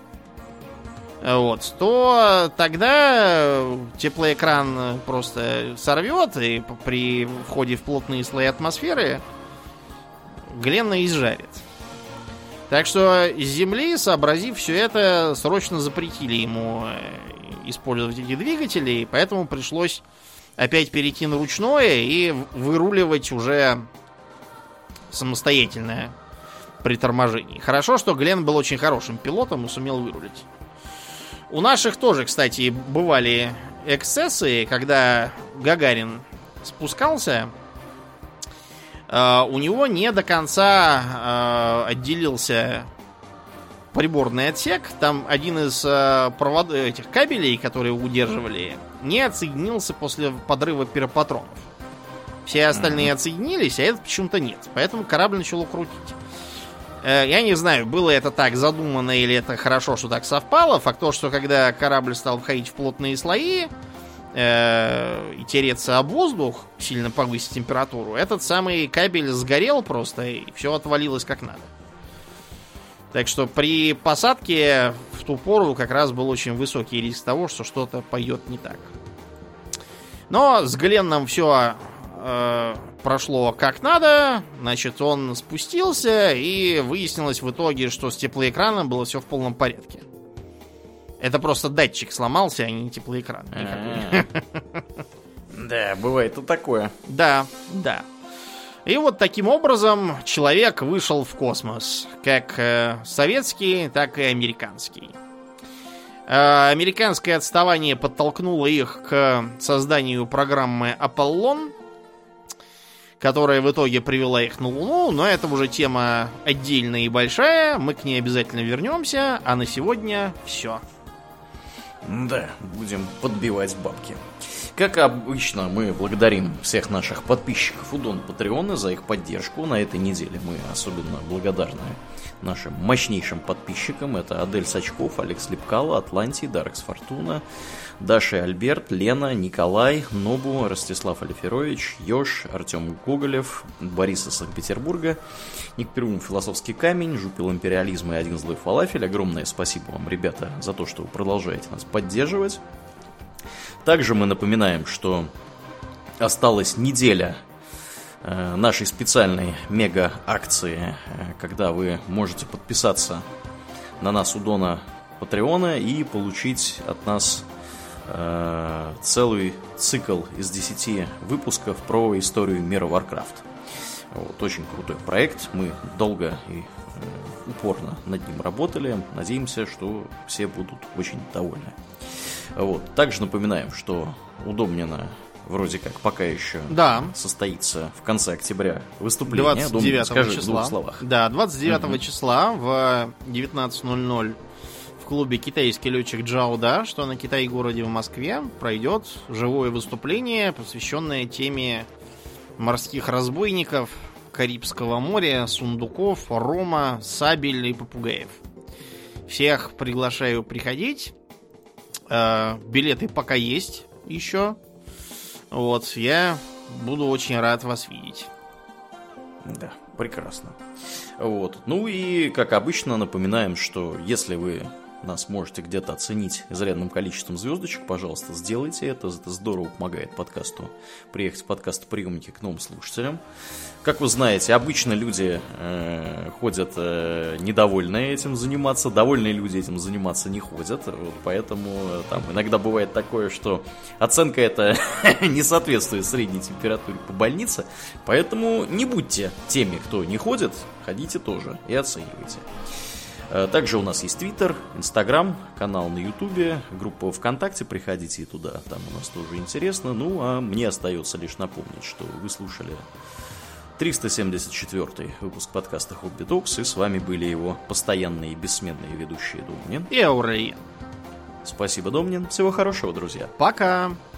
вот, то тогда теплоэкран просто сорвет, и при входе в плотные слои атмосферы Гленна изжарит. Так что с Земли, сообразив все это, срочно запретили ему использовать эти двигатели, поэтому пришлось опять перейти на ручное и выруливать уже самостоятельно при торможении. Хорошо, что Гленн был очень хорошим пилотом и сумел вырулить. У наших тоже, кстати, бывали эксцессы, когда Гагарин спускался, э, у него не до конца э, отделился приборный отсек. Там один из э, провод... этих кабелей, которые удерживали, не отсоединился после подрыва пиропатронов. Все остальные mm-hmm. отсоединились, а этот почему-то нет. Поэтому корабль начало крутить. Я не знаю, было это так задумано или это хорошо, что так совпало. Факт то, что когда корабль стал входить в плотные слои э, и тереться об воздух, сильно повысить температуру, этот самый кабель сгорел просто, и все отвалилось как надо. Так что при посадке в ту пору как раз был очень высокий риск того, что что-то пойдет не так. Но с Гленном все... прошло как надо, значит, он спустился, и выяснилось в итоге, что с теплоэкраном было все в полном порядке. Это просто датчик сломался, а не теплоэкран. Да, бывает и такое. Да, да. И вот таким образом человек вышел в космос, как советский, так и американский. Американское отставание подтолкнуло их к созданию программы «Аполлон», которая в итоге привела их на Луну, но это уже тема отдельная и большая, мы к ней обязательно вернемся, а на сегодня все. Да, будем подбивать бабки. Как обычно, мы благодарим всех наших подписчиков у Дон Патреона за их поддержку. На этой неделе мы особенно благодарны нашим мощнейшим подписчикам. Это Адель Сачков, Алекс Лепкало, Атлантий, Даркс Фортуна, Даша и Альберт, Лена, Николай, Нобу, Ростислав Алиферович, Ёж, Артем Гоголев, Борис из Санкт-Петербурга, Ник Перун, Философский камень, Жупил империализма и Один злой фалафель. Огромное спасибо вам, ребята, за то, что вы продолжаете нас поддерживать. Также мы напоминаем, что осталась неделя э, нашей специальной мега-акции, э, когда вы можете подписаться на нас у Дона Патреона и получить от нас э, целый цикл из десяти выпусков про историю мира Warcraft. Вот, очень крутой проект, мы долго и э, упорно над ним работали, надеемся, что все будут очень довольны. Вот. Также напоминаем, что у Домнина вроде как пока еще да. состоится в конце октября выступление. двадцать девятого Домнин, скажи числа. в двух словах. Да, двадцать девятого угу. числа в девятнадцать ноль ноль в клубе «Китайский летчик Джауда», что на Китай-городе в Москве, пройдет живое выступление, посвященное теме морских разбойников, Карибского моря, сундуков, рома, сабель и попугаев. Всех приглашаю приходить. Э, билеты пока есть еще. Вот, я буду очень рад вас видеть. Да, прекрасно. Вот. Ну и, как обычно, напоминаем, что если вы нас можете где-то оценить изрядным количеством звездочек, пожалуйста, сделайте это. Это здорово помогает подкасту приехать в подкастоприемники к новым слушателям. Как вы знаете, обычно люди э, ходят э, недовольные этим заниматься, довольные люди этим заниматься не ходят. Вот, поэтому э, там иногда бывает такое, что оценка эта не соответствует средней температуре по больнице. Поэтому не будьте теми, кто не ходит, ходите тоже и оценивайте. Также у нас есть Твиттер, Инстаграм, канал на Ютубе, группа ВКонтакте, приходите и туда, там у нас тоже интересно. Ну, а мне остается лишь напомнить, что вы слушали триста семьдесят четвёртый выпуск подкаста Хобби Токс, и с вами были его постоянные и бессменные ведущие Домнин и Аурельян. Спасибо, Домнин. Всего хорошего, друзья. Пока!